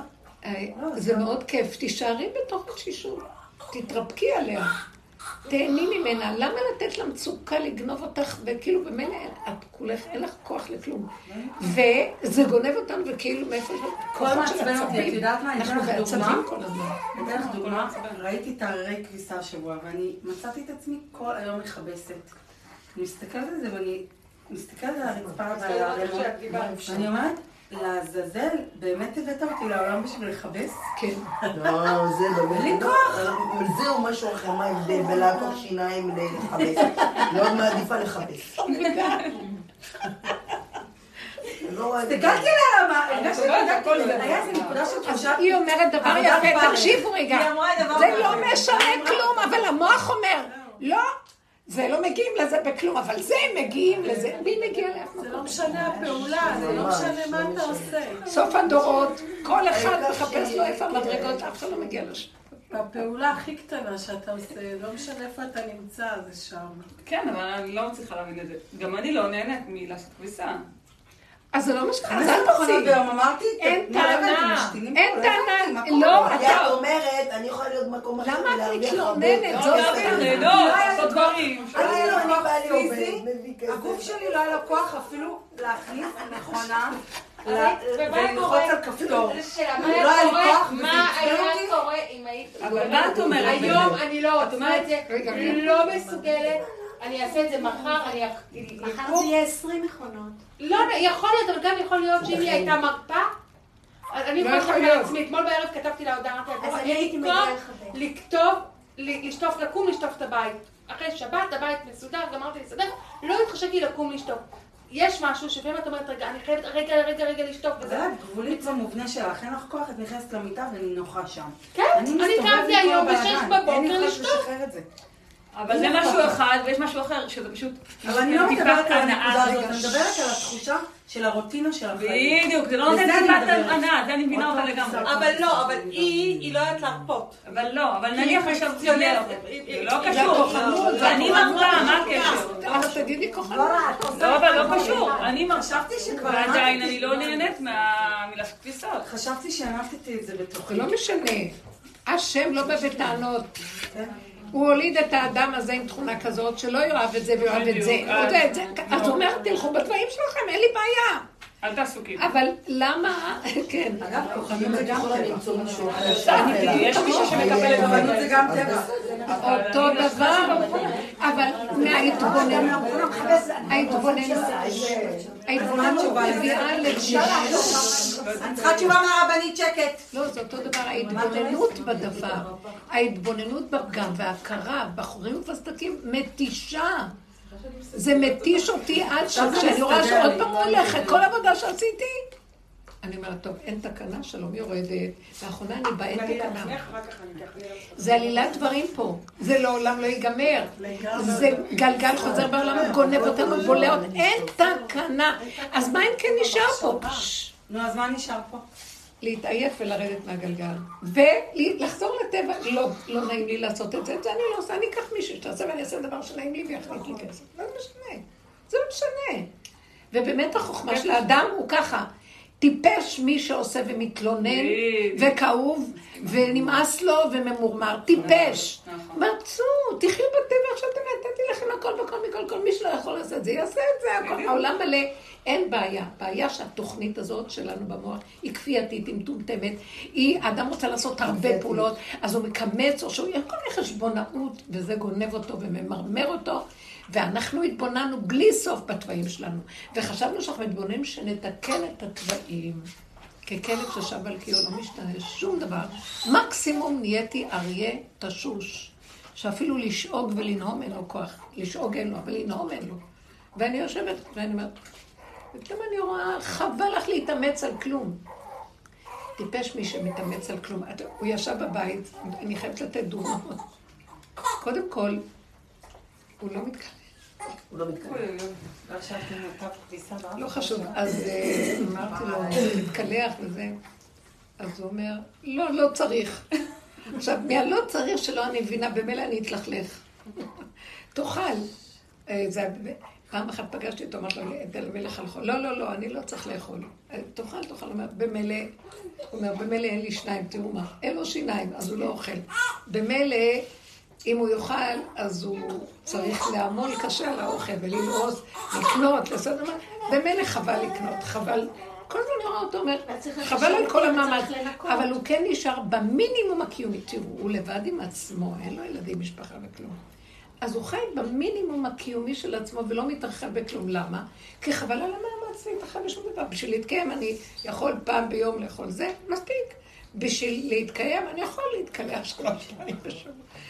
זה מאוד כיף, תישארי בתוך התשישות, תתרפקי עליה, תהני ממנה, למה לתת למצוקה לגנוב אותך, וכאילו במילא את כולך, אין לך כוח לכלום, וזה גונב אותנו, וכאילו מאיפה יש כוחות של עצבים, את יודעת מה, אנחנו בעצבים כל הזמן. אני אתן לך דוגמה, ראיתי את הררי כביסה השבוע, ואני מצאתי את עצמי כל היום מכבסת. אני מסתכלת על זה, ואני מסתכלת על הרצפה ועל הרמות, ואני אומרת, לעזאזל, באמת הבאת אותי לעולם בשביל לכבס? כן. לא, זה באמת. בלי כוח. זהו משהו אחר, מה ההבדל בלעקור שיניים לכבס. מאוד מעדיפה לכבס. הסתכלתי עליה למה, היה איזה נקודה של תחושה. היא אומרת דבר יפה, תקשיבו רגע. זה לא משנה כלום, אבל המוח אומר, לא. זה לא מגיעים לזה בכלום, אבל זה מגיעים לזה. מי מגיע לאף מקום? זה לא משנה הפעולה, זה לא משנה מה אתה עושה. סוף הדורות, כל אחד מחפש לו איפה המדרגות, אף אחד לא מגיע לשם. הפעולה הכי קטנה שאתה עושה, לא משנה איפה אתה נמצא, זה שם. כן, אבל אני לא מצליחה להבין את זה. גם אני לא נהנית מלעשות כביסה. אז זה לא משנה, אני אז אל תעשי. ביום אמרתי, אין טענה, אין טענה, לא, את אומרת, אני יכולה להיות מקום אחר. למה את מתלוננת? זאת זה לא, לעשות דברים. אני לא, אני בא פיזי, הגוף שלי לא היה לו כוח אפילו להכניס מכונה וללחוץ על כפתור. לא היה לי כוח, מה היה קורה אם היית... אבל מה את אומרת? היום אני לא עושה את זה, לא מסוגלת. אני אעשה את זה מחר, אני... מחר זה יהיה עשרים מכונות. לא, יכול להיות, אבל גם יכול להיות שאם היא הייתה מרפאה, אני יכולה לחשוב על עצמי, אתמול בערב כתבתי לה הודעה, אז אני הייתי מגיעה לחבר. לכתוב, לשטוף, לקום, לשטוף את הבית. אחרי שבת, הבית מסודר, גמרתי לסדר, לא התחשבתי לקום לשטוף. יש משהו שבאמת את אומרת, רגע, אני חייבת רגע, רגע, רגע לשטוף. זה גבולית במובנה שלך, אין לך כוח, את נכנסת למיטה ואני נוחה שם. כן, אני קמתי היום בשש בבוקר לשטוף. אבל זה משהו אחד, ויש משהו אחר, שזה פשוט... אבל אני לא מדברת על הנקודה הזאת, אני מדברת על התחושה של הרוטינה של החיים. בדיוק, זה לא נותן טיפת הנאה, זה אני מבינה אותה לגמרי. אבל לא, אבל היא, היא לא יודעת להרפות. אבל לא, אבל נניח חשבתי, זה לא קשור. אני מרפה, מה הקשר? אבל תגידי כוחנות. לא, אבל לא קשור. אני מרפה, ועדיין אני לא נהנית מהמילה כביסות. חשבתי שענפתי את זה בתוכי. זה לא משנה. השם לא בא בטענות. הוא הוליד את האדם הזה עם תכונה כזאת, שלא יאהב את זה ויאהב את זה. אז הוא אומר, תלכו בתוואים שלכם, אין לי בעיה. אל תעשו כאילו. אבל למה, כן. אגב, כוכבים זה גם למצוא משהו. יש מישהו שמקבל את הרבנות, זה גם טבע. אותו דבר, אבל מההתבוננות, ההתבוננות מביאה לתשישה. אני צריכה תשובה מהרבנית שקט. לא, זה אותו דבר, ההתבוננות בדבר, ההתבוננות בפגם וההכרה, בחורים ופסטקים, מתישה. זה מתיש אותי עד שאני רואה שעוד פעם הוא הולך את כל עבודה שעשיתי. אני אומרת, טוב, אין תקנה, שלום יורדת, לאחרונה אני באה, אין תקנה. זה עלילת דברים פה, זה לעולם לא ייגמר. זה גלגל חוזר בעולם, גונב אותנו, בולע אותנו, אין תקנה. אז מה אם כן נשאר פה? נו, אז מה נשאר פה? להתעייף ולרדת מהגלגל. ולחזור לטבע, לא, לא נעים לי לעשות את זה, את זה אני לא עושה, אני אקח מישהו שתעשה ואני אעשה דבר שנעים לי ויחליט לי כסף. זה לא משנה, זה לא משנה. ובאמת החוכמה של האדם הוא ככה, טיפש מי שעושה ומתלונן וכאוב ונמאס לו וממורמר, טיפש. מצאו, תחיו בטבע עכשיו אתם נתתי לכם הכל בכל מכל, כל מי שלא יכול לעשות את זה, יעשה את זה, העולם מלא. אין בעיה, בעיה שהתוכנית הזאת שלנו במוח היא כפייתית, היא מטומטמת, היא, האדם רוצה לעשות הרבה פעולות, אז הוא מקמץ או שהוא יכול לחשבונאות, וזה גונב אותו וממרמר אותו, ואנחנו התבוננו בלי סוף בתוואים שלנו, וחשבנו שאנחנו מתבוננים שנתקן את התוואים, ככלב ששב על קיו, לא משתנה שום דבר, מקסימום נהייתי אריה תשוש, שאפילו לשאוג ולנהום אין לו כוח, לשאוג אין לו, אבל לנהום אין לו, ואני יושבת ואני אומרת, ופתאום אני רואה, חבל לך להתאמץ על כלום. טיפש מי שמתאמץ על כלום. הוא ישב בבית, אני חייבת לתת דוגמאות. קודם כל, הוא לא מתקלח. הוא לא מתקלח. לא חשוב. אז אמרתי לו, מתקלח וזה. אז הוא אומר, לא, לא צריך. עכשיו, מהלא צריך שלא אני מבינה, במילא אני אתלכלך. תאכל. זה... פעם אחת פגשתי אותו, אמרת לו, את המלך הלכו. לא, לא, לא, אני לא צריך לאכול. תאכל, תאכל, אומר, במלא, הוא אומר, במלא אין לי שניים, תראו מה, אין לו שיניים, אז הוא לא אוכל. במלא, אם הוא יאכל, אז הוא צריך לעמול קשה על האוכל, וללעוז, לקנות, לעשות מה. במלא חבל לקנות, חבל, כל הזמן אני רואה אותו, אומר, חבל על כל המאמץ, אבל הוא כן נשאר במינימום הקיומי. תראו, הוא לבד עם עצמו, אין לו ילדים, משפחה וכלום. אז הוא חי במינימום הקיומי של עצמו ולא מתרחב בכלום. למה? כי חבל על המאמץ להתרחב בשום דבר. בשביל להתקיים אני יכול פעם ביום לאכול זה, מספיק. בשביל להתקיים אני יכול להתקלח שלוש פעמים בשבוע.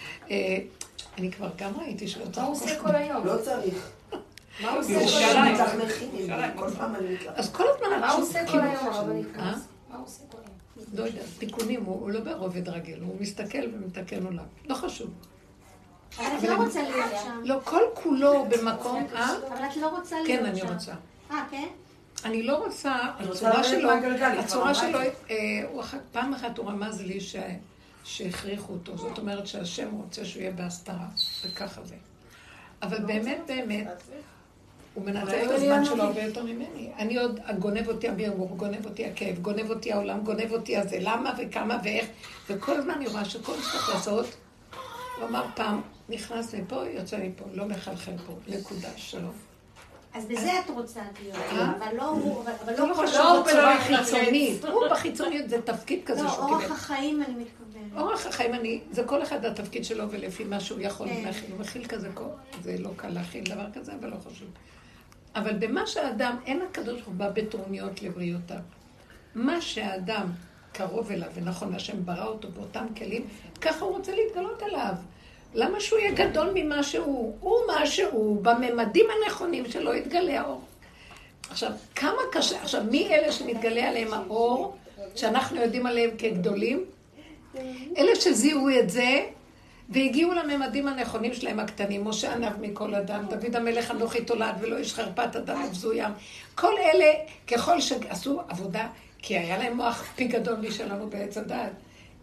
אני כבר גם ראיתי שלא צריך. מה הוא עושה כל היום? לא צריך. מה הוא עושה כל היום? כל פעם אני מתלחת. אז כל הזמן... מה הוא עושה כל היום? מה הוא עושה כל היום? לא יודע, תיקונים, הוא לא ברובד רגיל, הוא מסתכל ומתקן עולם. לא חשוב. אבל את לא רוצה להיות שם. לא, כל כולו במקום, אה? אבל את לא רוצה להיות שם. כן, אני רוצה. אה, כן? אני לא רוצה, הצורה שלו, הצורה שלו, פעם אחת הוא רמז לי שהכריחו אותו, זאת אומרת שהשם רוצה שהוא יהיה בהסתרה, וככה זה. אבל באמת, באמת, הוא מנצל את הזמן שלו הרבה יותר ממני. אני עוד, גונב אותי הבירור, גונב אותי הכאב, גונב אותי העולם, גונב אותי הזה, למה וכמה ואיך, וכל הזמן אני רואה שכל שצריך לעשות, הוא אמר פעם, נכנס מפה, יוצא מפה, לא מחלחל פה, נקודה, שלום. אז בזה את רוצה להיות, אבל לא הוא, אבל לא חשוב בצורה חיצונית. הוא בחיצוניות, זה תפקיד כזה שהוא קיבל. לא, אורח החיים אני מתכוונת. אורח החיים אני, זה כל אחד התפקיד שלו ולפי מה שהוא יכול להכיל. הוא מכיל כזה, זה לא קל להכיל דבר כזה, אבל לא חשוב. אבל במה שהאדם, אין הקדוש ברוך הוא בא בתרומיות לבריאותיו. מה שהאדם קרוב אליו, ונכון, השם ברא אותו באותם כלים, ככה הוא רוצה להתגלות עליו. למה שהוא יהיה גדול ממה שהוא? הוא מה שהוא, בממדים הנכונים שלו יתגלה האור. עכשיו, כמה קשה, עכשיו, מי אלה שמתגלה עליהם האור, שאנחנו יודעים עליהם כגדולים? אלה שזיהו את זה, והגיעו לממדים הנכונים שלהם הקטנים, משה ענב מכל אדם, דוד המלך אנוכי תולד, ולא איש חרפת אדם מבזוים. כל אלה, ככל שעשו עבודה, כי היה להם מוח פי גדול משלנו בעץ הדעת,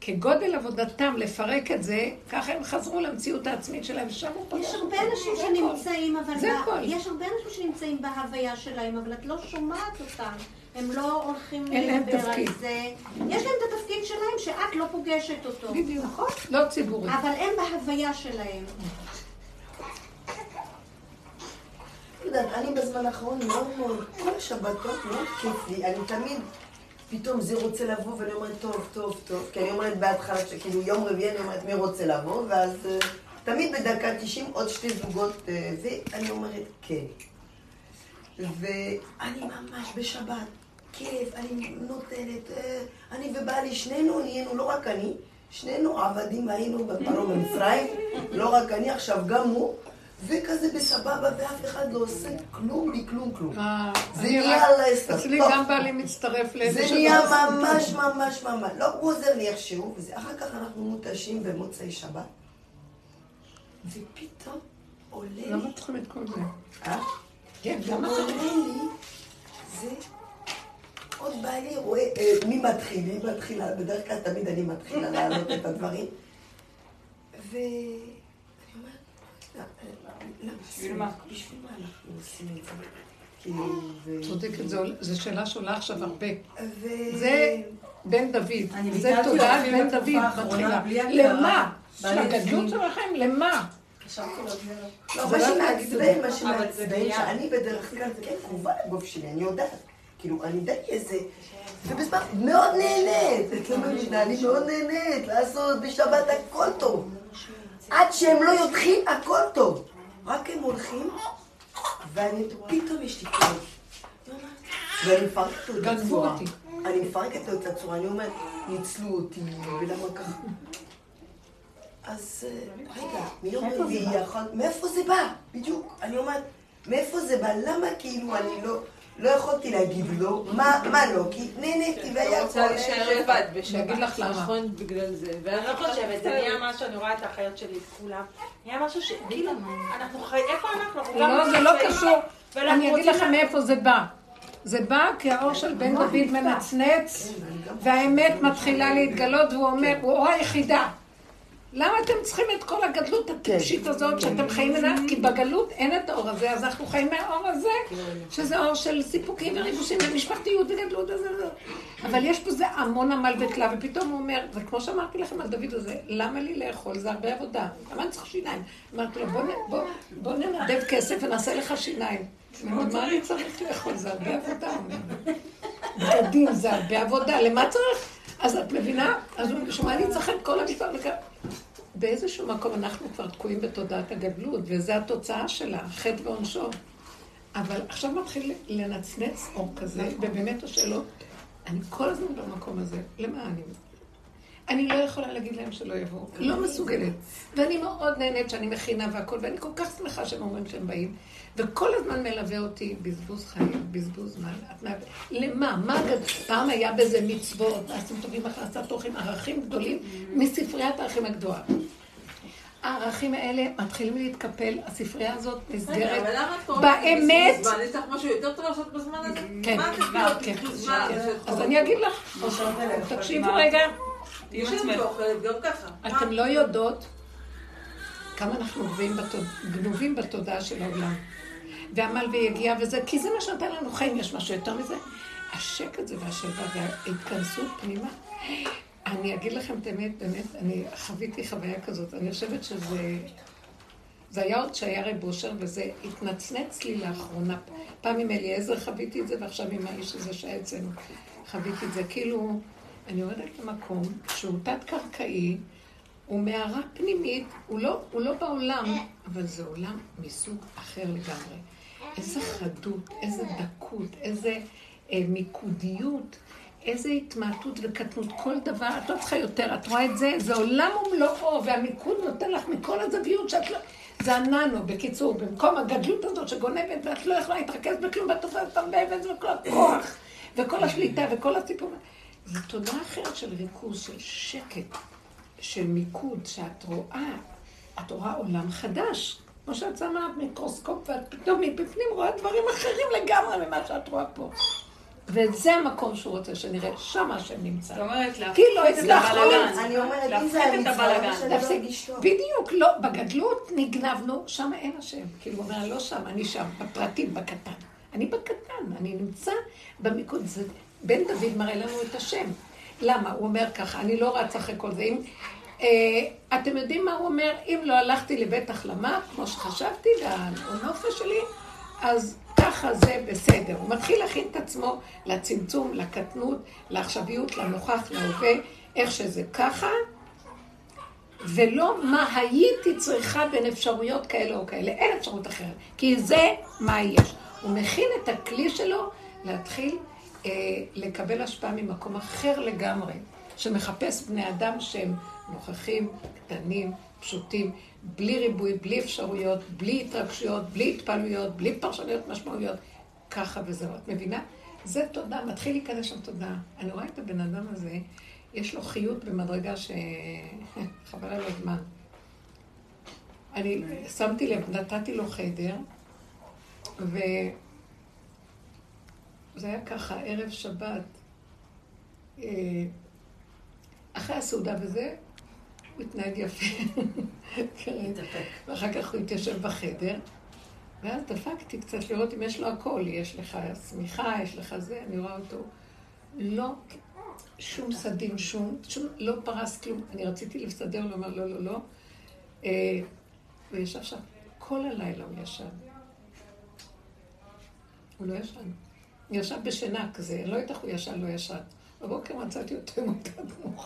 כגודל עבודתם לפרק את זה, ככה הם חזרו למציאות העצמית שלהם, ושם הוא פגש. יש הרבה אנשים שנמצאים, אבל זה הכל. יש הרבה אנשים שנמצאים בהוויה שלהם, אבל את לא שומעת אותם. הם לא הולכים לדבר על זה. יש להם את התפקיד שלהם שאת לא פוגשת אותו. בדיוק. נכון? לא ציבורי. אבל הם בהוויה שלהם. יודעת, אני בזמן האחרון מאוד מאוד, כל השבתות מאוד כיף לי. אני תמיד, פתאום זה רוצה לבוא ואני אומרת טוב, טוב, טוב. כי אני אומרת בהתחלה, כאילו יום רביעי אני אומרת מי רוצה לבוא, ואז תמיד בדקה תשעים עוד שתי זוגות, ואני אומרת כן. ואני ממש בשבת, כיף, אני נותנת, אני ובעלי שנינו נהיינו, לא רק אני, שנינו עבדים היינו בפרעה במצרים, לא רק אני, עכשיו גם הוא, וכזה בסבבה, ואף אחד לא עושה כלום לי, כלום, כלום. זה נהיה על ההסתר. אצלי גם בעלי מצטרף לאיזה זה נהיה ממש, ממש, ממש. לא, הוא עוזר לי איכשהו, ואחר כך אנחנו מותשים במוצאי שבת, ופתאום עולה לי... למה צריכים את כל זה? אה? כן, למה עולה לי, זה... עוד בעלי רואה מי מתחיל, מי מתחילה, בדרך כלל תמיד אני מתחילה להעלות את הדברים. ואני אומרת, בשביל מה? בשביל מה אנחנו עושים את זה? צודקת, זו שאלה שעולה עכשיו הרבה. זה בן דוד, זה תודעת בן דוד מתחילה. למה? של הגדלות שלכם, למה? לא, מה שמעצבן, מה שמעצבן, שאני בדרך כלל, כן, קרובה לגוף שלי, אני יודעת. כאילו, אני די איזה... ובזמן מאוד נהנית, את לא מבינה, אני מאוד נהנית לעשות בשבת הכל טוב. עד שהם לא יודחים, הכל טוב. רק הם הולכים, ואני פתאום יש לי כאב. ואני מפרקת לו את הצורה. אני מפרקת לו את הצורה, אני אומרת, ניצלו אותי, ולמה ככה? אז רגע, מיום רביעי יכול... מאיפה זה בא? בדיוק. אני אומרת, מאיפה זה בא? למה כאילו אני לא... לא יכולתי להגיד לו, מה לא, כי נהניתי והיה כל... רוצה להישאר לבד בשבת. אגיד לך למה. נכון, בגלל זה. ואני לא חושבת, זה נהיה משהו, אני רואה את האחיות שלי, כולם. נהיה משהו ש... כאילו, אנחנו חיים, איפה אנחנו? לא, זה לא קשור. אני אגיד לך מאיפה זה בא. זה בא כי האור של בן דוד מנצנץ, והאמת מתחילה להתגלות, והוא אומר, הוא אור היחידה. למה אתם צריכים את כל הגדלות הטיפשית הזאת שאתם חיים ממנה? כי בגלות אין את האור הזה, אז אנחנו חיים מהאור הזה, שזה אור של סיפוקים וריבושים ומשפחתיות וגדלות וזה וזה. אבל יש פה זה המון עמל וקלה, ופתאום הוא אומר, וכמו שאמרתי לכם על דוד הזה, למה לי לאכול? זה הרבה עבודה. למה אני צריך שיניים? אמרתי לו, בוא ננדב כסף ונעשה לך שיניים. מה אני צריך לאכול? זה הרבה עבודה. בגדים זה הרבה עבודה. למה צריך? אז את מבינה? אז הוא שומע לי צריך את כל המשפט וכך. באיזשהו מקום אנחנו כבר תקועים בתודעת הגדלות, וזו התוצאה שלה, חטא ועונשו. אבל עכשיו מתחיל לנצנץ אור כזה, ובאמת השאלות, אני כל הזמן במקום הזה, למה אני? אני לא יכולה להגיד להם שלא יבואו, לא מסוגלת. ואני מאוד נהנית שאני מכינה והכל, ואני כל כך שמחה שהם אומרים שהם באים, וכל הזמן מלווה אותי בזבוז חיים, בזבוז זמן. למה? מה גדול? פעם היה בזה מצוות, עשים טובים הכנסת אורחים, ערכים גדולים מספריית הערכים הגדולה. הערכים האלה מתחילים להתקפל, הספרייה הזאת נסגרת באמת. אבל למה את קוראת בזבוז זמן? יש לך משהו יותר טוב לעשות בזמן הזה? כן, מה את כן. בזבוז זמן? אז אני אגיד לך, תקשיבו רגע. גם ככה. אתם לא יודעות כמה אנחנו גנובים בתודעה של העולם. ועמל ויגיע וזה, כי זה מה שנתן לנו חיים, יש משהו יותר מזה. השקט זה והשלווה וההתכנסות פנימה. אני אגיד לכם את האמת, באמת, אני חוויתי חוויה כזאת. אני חושבת שזה... זה היה עוד שהיה רב אושר, וזה התנצנץ לי לאחרונה. פעם עם אליעזר חוויתי את זה, ועכשיו עם האיש הזה שהיה אצלנו חוויתי את זה. כאילו, אני עומדת במקום שהוא תת-קרקעי, הוא מערה פנימית, הוא לא, הוא לא בעולם, אבל זה עולם מסוג אחר לגמרי. איזה חדות, איזה דקות, איזה אה, מיקודיות, איזה התמעטות וקטנות, כל דבר, את לא צריכה יותר, את רואה את זה, זה עולם ומלואו, והמיקוד נותן לך מכל הזוויות שאת לא... זה הננו, בקיצור, במקום הגדלות הזאת שגונבת, ואת לא יכולה להתרכז בכלום, ואת תופעת תרבבת, וכל הכוח, וכל השליטה, וכל הסיפור. זו תודעה אחרת של ריכוז, של שקט, של מיקוד, שאת רואה, את רואה עולם חדש. כמו שאת שמה מיקרוסקופ, ואת פתאום מבפנים רואה דברים אחרים לגמרי ממה שאת רואה פה. וזה המקום שהוא רוצה שנראה, שם השם נמצא. זאת אומרת, כי לא הצלחנו. אני אומרת, אם זה המצווה, שאני לא ארגיש טוב. בדיוק, לא, בגדלות נגנבנו, שם אין השם. כאילו, הוא אומר, לא שם, אני שם, בפרטים, בקטן. אני בקטן, אני נמצא במיקוד. בן דוד מראה לנו את השם. למה? הוא אומר ככה, אני לא רץ אחרי כל זה. אם, אה, אתם יודעים מה הוא אומר? אם לא הלכתי לבית החלמה, כמו שחשבתי, והנופש שלי, אז ככה זה בסדר. הוא מתחיל להכין את עצמו לצמצום, לקטנות, לעכשוויות, לנוכח, להווה, איך שזה ככה, ולא מה הייתי צריכה בין אפשרויות כאלה או כאלה. אין אפשרות אחרת, כי זה מה יש. הוא מכין את הכלי שלו להתחיל אה, לקבל השפעה ממקום אחר לגמרי, שמחפש בני אדם שהם נוכחים, קטנים, פשוטים, בלי ריבוי, בלי אפשרויות, בלי התרגשויות, בלי התפעלויות, בלי פרשנויות משמעויות. ככה וזהו. את מבינה? זה תודה, מתחיל להיכנס שם תודה. אני רואה את הבן אדם הזה, יש לו חיות במדרגה שחבל על הזמן. אני שמתי לב, נתתי לו חדר, וזה היה ככה, ערב שבת, אחרי הסעודה וזה, הוא התנהג יפה. ואחר כך הוא התיישב בחדר, ואז דפקתי קצת לראות אם יש לו הכל, יש לך סמיכה, יש לך זה, אני רואה אותו. לא, שום סדים, שום, שום, לא פרס כלום. אני רציתי לסדר, הוא אומר, לא, לא, לא. הוא ישב שם, כל הלילה הוא ישב. הוא לא ישן. הוא ישב בשינה כזה, אני לא יודעת איך הוא ישן, לא ישן. בבוקר מצאתי אותו עם אותה דמוכה.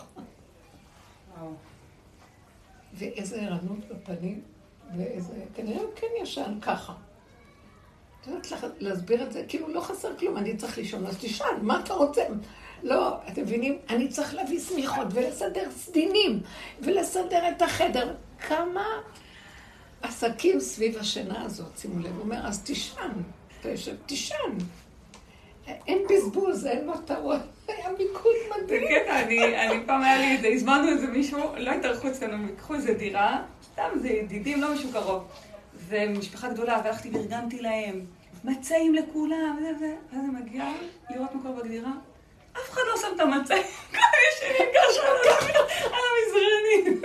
ואיזה ערנות בפנים, ואיזה... כנראה הוא כן ישן ככה. אתה יודעת להסביר את זה? כאילו לא חסר כלום, אני צריך לישון, אז תשן, מה אתה רוצה? לא, אתם מבינים? אני צריך להביא סמיכות ולסדר סדינים, ולסדר את החדר. כמה עסקים סביב השינה הזאת, שימו לב, הוא אומר, אז תשן, אתה יושב, תשן. אין בזבוז, אין מטרות, היה מיקוד מדהים. זה קטע, אני פעם היה לי את זה, הזמנו איזה מישהו, לא התארחו אצלנו, יקחו איזה דירה, סתם זה ידידים, לא משהו קרוב. ומשפחה גדולה, והלכתי וארגנתי להם, מצעים לכולם, ואז אני מגיעה לראות מה קורה בדירה, אף אחד לא שם את המצעים, כל מי שנרגש על המזרנים.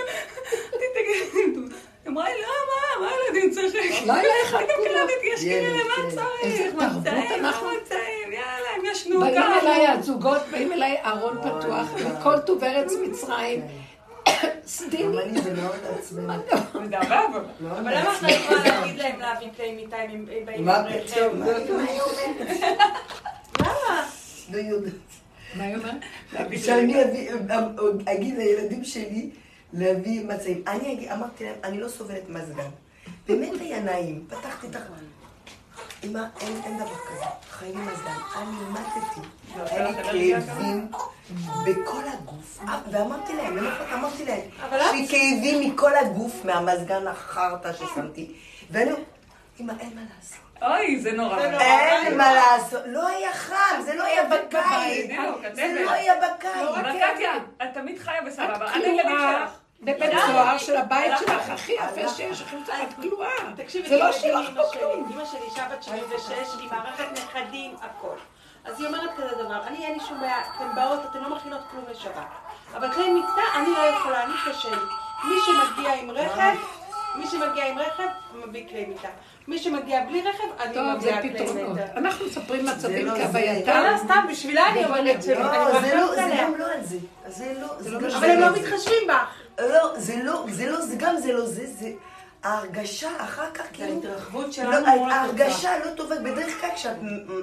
תגידי, אמרה לי, לא, מה, מה ילדים צריכים? לא, לא, אחד כולם. פתאום קלטתי, יש כאלה, מה צריך? איזה תרבות אנחנו... מצעים, יאללה, הם ישנו באים ככה. אליי הזוגות, באים אליי ארון פתוח, וכל טוב ארץ מצרים, סדיני. אני זה מאוד עצמם. זה עבר. אבל למה אתה יכולה להגיד להם להביא כלי מיטה אם הם באים מה עם פתאום? רכב? מה היא אומרת? למה? לא יודעת. מה היא אומרת? שאני אגיד לילדים שלי להביא מצעים. אני אמרתי להם, אני לא סובלת מזגן. באמת היה נעים, פתחתי את החמן. אמא, אין דבר כזה, חייבים מזגן. אני מתתי, היה לי כאבים בכל הגוף. ואמרתי להם, למחרת אמרתי להם, יש לי כאבים מכל הגוף מהמזגן החרטה ששמתי. ואני, אמא, אין מה לעשות. אוי, זה נורא. אין מה לעשות. לא היה חם, זה לא היה בקיץ. זה לא היה בקיץ. אבל קטיה, את תמיד חיה בסבבה. את כלואה בבית סוהר של הבית שלך, הכי יפה שיש, את כלואה. זה לא שלך פה כלום. אמא שלי אישה בת שבעים ושש, היא מערכת נכדים, הכל. אז היא אומרת כזה דבר, אני אין לי שום בעיה, אתן באות, אתן לא מכינות כלום לשבת. אבל כלי מיטה, אני לא יכולה, אני קשה לי. מי שמגיע עם רכב, מי שמגיע עם רכב, מביא כלי מיטה. מי שמגיע בלי רכב, אני מביאה כלי מיטה. טוב, זה פתרונות. אנחנו מספרים מצבים כהווייתם. לא, סתם, בשבילה אני אומרת שלי. לא, זה גם לא על זה. זה לא... אבל הם לא מתחשבים בך. לא, זה לא, זה לא, זה גם זה לא זה, זה... ההרגשה אחר כך, כאילו... ההתרחבות שלנו... ההרגשה לא טובה. בדרך כלל כשאת...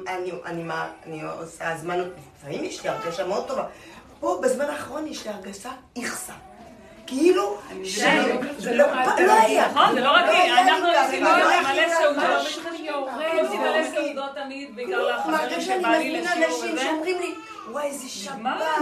אני עושה הזמנות, לפעמים יש לי הרגשה מאוד טובה. פה, בזמן האחרון, יש לי הרגשה איכסה. כאילו... זה לא היה. נכון, זה לא רק היא. אנחנו עושים מלא סעודות. עושים מלא סעודות תמיד, בגלל החברים שבא לי לשיעור וזה. שאומרים לי, וואי, איזה שבת.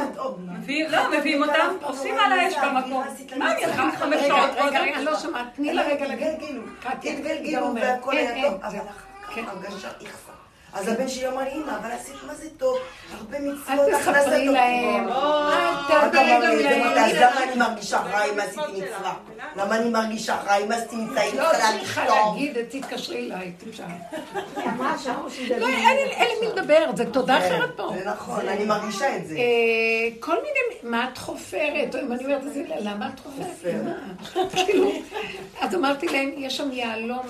לא, מביאים אותם, עושים על האש במקום. מה, אני הלכה חמש שעות קודם? רגע, אני לא שמעת, תני לה רגע להגיד. התגלגלו והכל היה טוב, אבל הרגשה איכסה. אז הבן שלי אמר לי, אמא, אבל עשית מה זה טוב, הרבה מצוות, אל תספרי להם. אל תגידי להם. אז למה אני מרגישה רע אם עשיתי מצווה? למה אני מרגישה רע אם עשיתי מצווה? לא צריכה להגיד, תתקשרי אליי, תשאל. לא, אין לי מי לדבר, זה תודה אחרת פה. זה נכון, אני מרגישה את זה. כל מיני, מה את חופרת? אם אני אומרת את זה, למה את חופרת? אז אמרתי להם, יש שם יעלום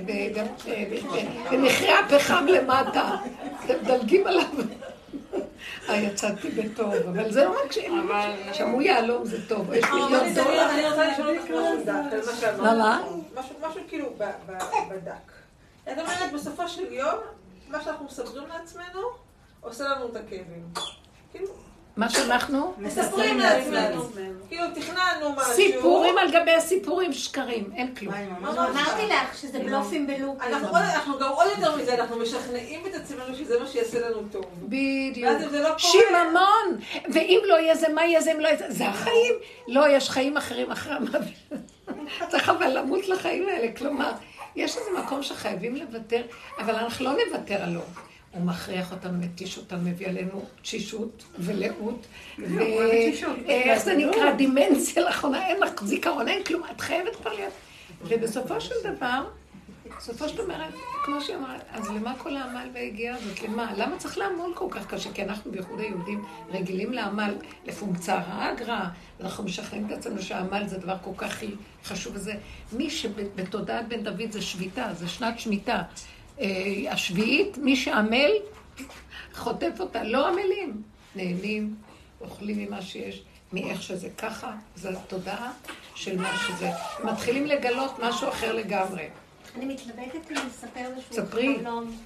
במחירי הפחם למטה. אתם דלגים עליו. יצאתי בטוב, אבל זה לא רק ששמו יעלום זה טוב. יש מיליון דולר. אני רוצה לשאול אותך משהו על מה מה? משהו כאילו בדק. את אומרת, בסופו של יום, מה שאנחנו מספרים לעצמנו, עושה לנו את הכאבים. כאילו... מה שאנחנו? מספרים לעצמנו. כאילו, תכננו משהו. סיפורים על גבי סיפורים, שקרים, אין כלום. אמרתי לך שזה בלופים בלופים. אנחנו גם עוד יותר מזה, אנחנו משכנעים את עצמנו שזה מה שיעשה לנו טוב. בדיוק. שיממון! ואם לא יהיה זה, מה יהיה זה, אם לא יהיה זה? זה החיים. לא, יש חיים אחרים אחרי המוות. צריך אבל למות לחיים האלה. כלומר, יש איזה מקום שחייבים לוותר, אבל אנחנו לא נוותר עליו. הוא מכריח אותנו, מתיש אותנו, מביא עלינו תשישות ולאות, ואיך זה נקרא דימנציה לאחרונה, אין לך זיכרון, אין כלום, את חייבת כבר להיות. ובסופו של דבר, בסופו של דבר, כמו שהיא אמרה, אז למה כל העמל והגיעה הזאת? למה? למה צריך לעמול כל כך קשה? כי אנחנו בייחוד היהודים רגילים לעמל לפונקציה האגרא, ואנחנו משכנעים את עצמנו שהעמל זה דבר כל כך חשוב וזה. מי שבתודעת בן דוד זה שביתה, זה שנת שמיטה. השביעית, מי שעמל, חוטף אותה, לא עמלים, נהנים, אוכלים ממה שיש, מאיך שזה ככה, זו התודעה של מה שזה. מתחילים לגלות משהו אחר לגמרי. אני מתלבטת אם לספר איזשהו חלום.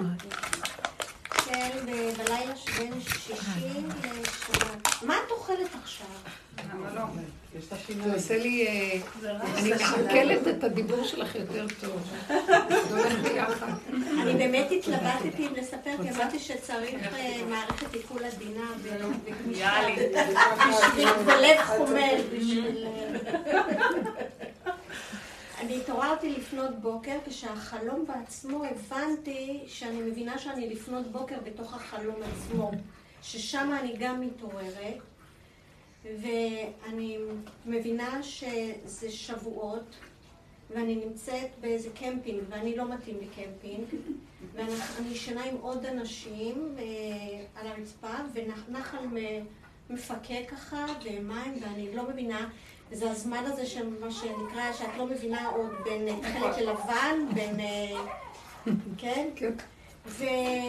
של בלילה שבין שישים לשבת. מה את אוכלת עכשיו? זה עושה לי... אני מחכלת את הדיבור שלך יותר טוב. אני באמת התלבטתי אם לספר, כי אמרתי שצריך מערכת עיכול עדינה וגמישה. ולב חומל בשביל... אני התעוררתי לפנות בוקר, כשהחלום בעצמו הבנתי שאני מבינה שאני לפנות בוקר בתוך החלום עצמו, ששם אני גם מתעוררת, ואני מבינה שזה שבועות, ואני נמצאת באיזה קמפינג, ואני לא מתאים לקמפינג, ואני ישנה עם עוד אנשים אה, על הרצפה, ונחל מפקה ככה, ומים, ואני לא מבינה, זה הזמן הזה שמה שנקרא, שאת לא מבינה עוד בין תכלת ללבן, בין... כן? כן. ו...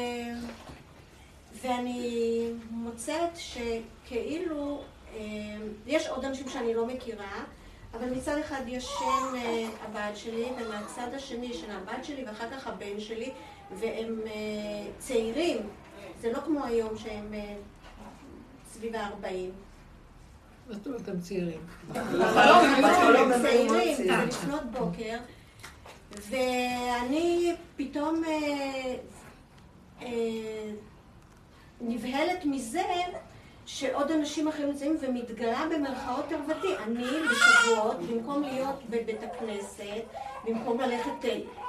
ואני מוצאת שכאילו, יש עוד אנשים שאני לא מכירה, אבל מצד אחד ישן הבת שלי, ומהצד השני ישן הבת שלי, ואחר כך הבן שלי, והם צעירים. זה לא כמו היום שהם סביב הארבעים. זאת אומרת, הם צעירים. הם צעירים, זה לפנות בוקר, ואני פתאום נבהלת מזה שעוד אנשים אחרים נמצאים ומתגלה במרכאות ערוותי. אני בשבועות, במקום להיות בבית הכנסת, במקום ללכת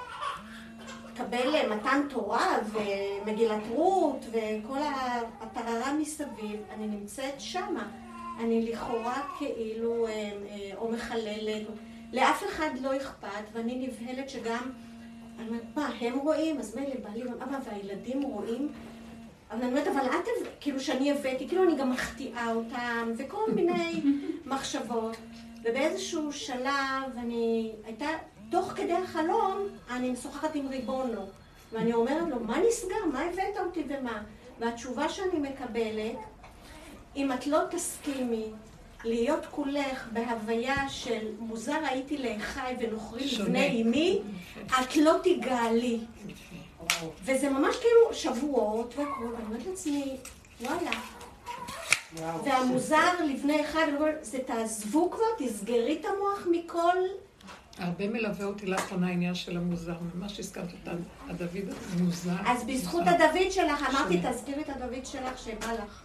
לקבל מתן תורה ומגילת רות וכל הפררה מסביב, אני נמצאת שמה. אני לכאורה כאילו או מחללת, לאף אחד לא אכפת, ואני נבהלת שגם, אני אומרת, מה, הם רואים? אז מילא בא לי, אבא והילדים רואים, אבל אני אומרת, אבל את, כאילו שאני הבאתי, כאילו אני גם מחטיאה אותם, וכל מיני מחשבות, ובאיזשהו שלב אני, הייתה, תוך כדי החלום, אני משוחחת עם ריבונו, ואני אומרת לו, מה נסגר? מה הבאת אותי ומה? והתשובה שאני מקבלת, אם את לא תסכימי להיות כולך בהוויה של מוזר הייתי לאחי ונוכרים לבני אמי, את לא תגאלי. וזה ממש כאילו שבועות והכל, ואני אומרת לעצמי, וואלה. והמוזר לבני אחד, זה תעזבו כבר, תסגרי את המוח מכל... הרבה מלווה אותי לאחרונה העניין של המוזר, ממש הזכרת אותה, הדוד המוזר. אז בזכות הדוד שלך, אמרתי, תסגירי את הדוד שלך שבא לך.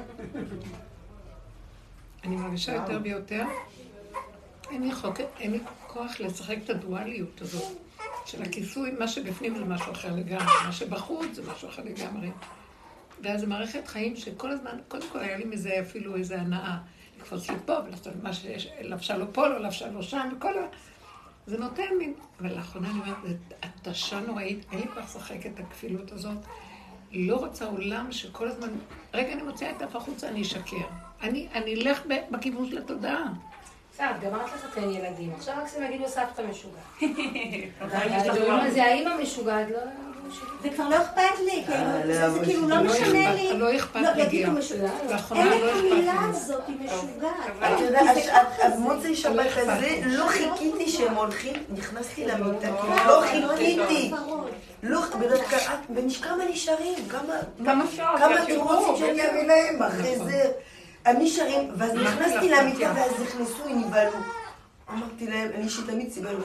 אני מרגישה יותר ויותר, אין לי כוח לשחק את הדואליות הזאת. של הכיסוי, מה שבפנים זה משהו אחר לגמרי, מה שבחוץ זה משהו אחר לגמרי. ואז זו מערכת חיים שכל הזמן, קודם כל היה לי מזה אפילו איזו הנאה. לקפוץ לי פה ולעשות מה שלבשה לו פה, לא לבשה לו שם, וכל ה... זה נותן מין... אבל לאחרונה אני אומרת, התשה נוראית, אין לי כבר לשחק את הכפילות הזאת. לא רוצה עולם שכל הזמן... רגע, אני מוציאה את אף החוצה, אני אשקר. אני, אני אלך בכיוון של התודעה. בסדר, גמרת לחתן ילדים. עכשיו רק זה להגיד לו סבתא משוגעת. זה האמא משוגעת, לא... זה כבר לא אכפת לי, זה כאילו לא משנה לי. לא אכפת לי גיאה. אין את המילה הזאת, היא משוגעת. אתה יודע, המוצאי שבת הזה, לא חיכיתי שהם הולכים, נכנסתי למיטה, לא חיכיתי. לא, בדרך כלל, כמה נשארים? כמה אתם רוצים שאני אביא להם אחרי זה? הם נשארים, ואז נכנסתי למיטה ואז נכנסו, נבהלו. אמרתי להם, אני שתמיד סיבל,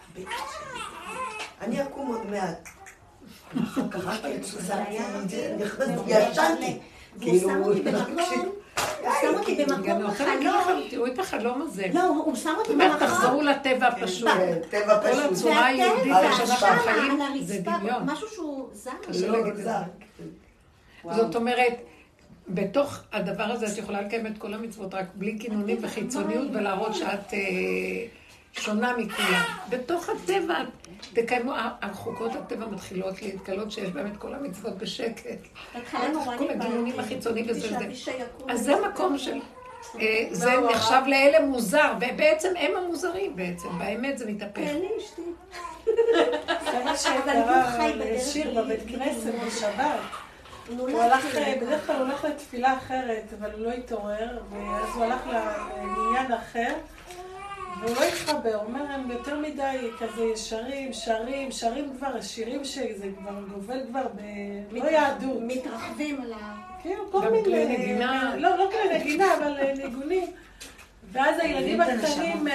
אני אקום עוד מעט. אחר כך רק יצאתי, נכנסתי, ישנתי. הוא שם אותי במקום, הוא שם אותי במקום בחלום. תראו את החלום הזה. לא, הוא שם אותי במקום. תחזרו לטבע הפשוט. טבע פשוט. כל הצורה היהודית שאנחנו חיים זה דמיון. משהו שהוא זר. לא זר. זאת אומרת, בתוך הדבר הזה את יכולה לקיים את כל המצוות רק בלי כינונים וחיצוניות ולהראות שאת שונה מכולם. בתוך הטבע תקיימו, החוקות הטבע מתחילות להתגלות שיש באמת כל המצוות בשקט. כל הגינונים החיצוניים וזה זה. אז זה מקום של... זה נחשב לאלה מוזר, ובעצם הם המוזרים בעצם. באמת זה מתהפך. כן, אשתי. זה מה שקרה לשיר בבית כנסת בשבת. הוא הלך, בדרך כלל הוא הולך לתפילה אחרת, אבל הוא לא התעורר, ואז הוא הלך לעניין אחר, והוא לא התחבר, הוא אומר, הם יותר מדי כזה ישרים, שרים, שרים כבר, השירים שזה כבר גובל כבר ב... לא יהדות. מתרחבים על ה... כאילו, כל מיני... כלי נגינה. לא, לא כלי נגינה, אבל ניגונים. ואז הילדים הקטנים...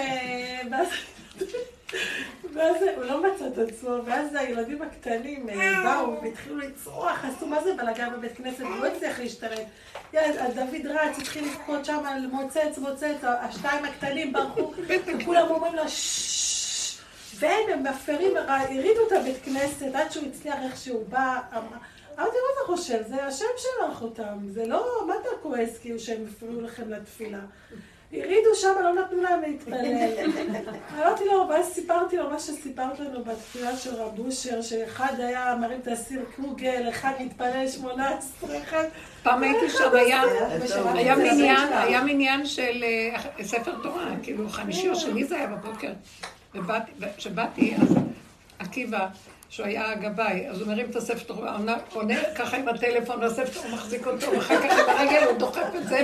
ואז הוא לא מצא את עצמו, ואז הילדים הקטנים באו והתחילו לצרוח, עשו מה זה בלגן בבית כנסת, הוא לא הצליח להשתלט. דוד רץ, התחיל לבכות שם על מוצץ, מוצץ, השתיים הקטנים ברחו, וכולם אומרים לו ששש, והם הם מפרים, הרידו את הבית כנסת עד שהוא הצליח איך שהוא בא. אמרתי, מה אתה חושב? זה השם שלך אותם, זה לא, מה אתה כועס כאילו שהם הפריעו לכם לתפילה? הרידו שם, לא נתנו להם להתפלל. אמרתי לו, ואז סיפרתי לו מה שסיפרת לנו בתפילה של רב אושר, שאחד היה מרים את הסיר קוגל, אחד מתפלל שמונה עשרה, אחד... פעם הייתי שם, היה מניין, היה מניין של ספר תורה, כאילו חמישי או שני זה היה בבוקר. ובאתי, אז עקיבא, שהוא היה הגבאי, אז הוא מרים את הספר תורה, עונה ככה עם הטלפון, והספר תורה מחזיק אותו, ואחר כך עם הרגל הוא דוחף את זה,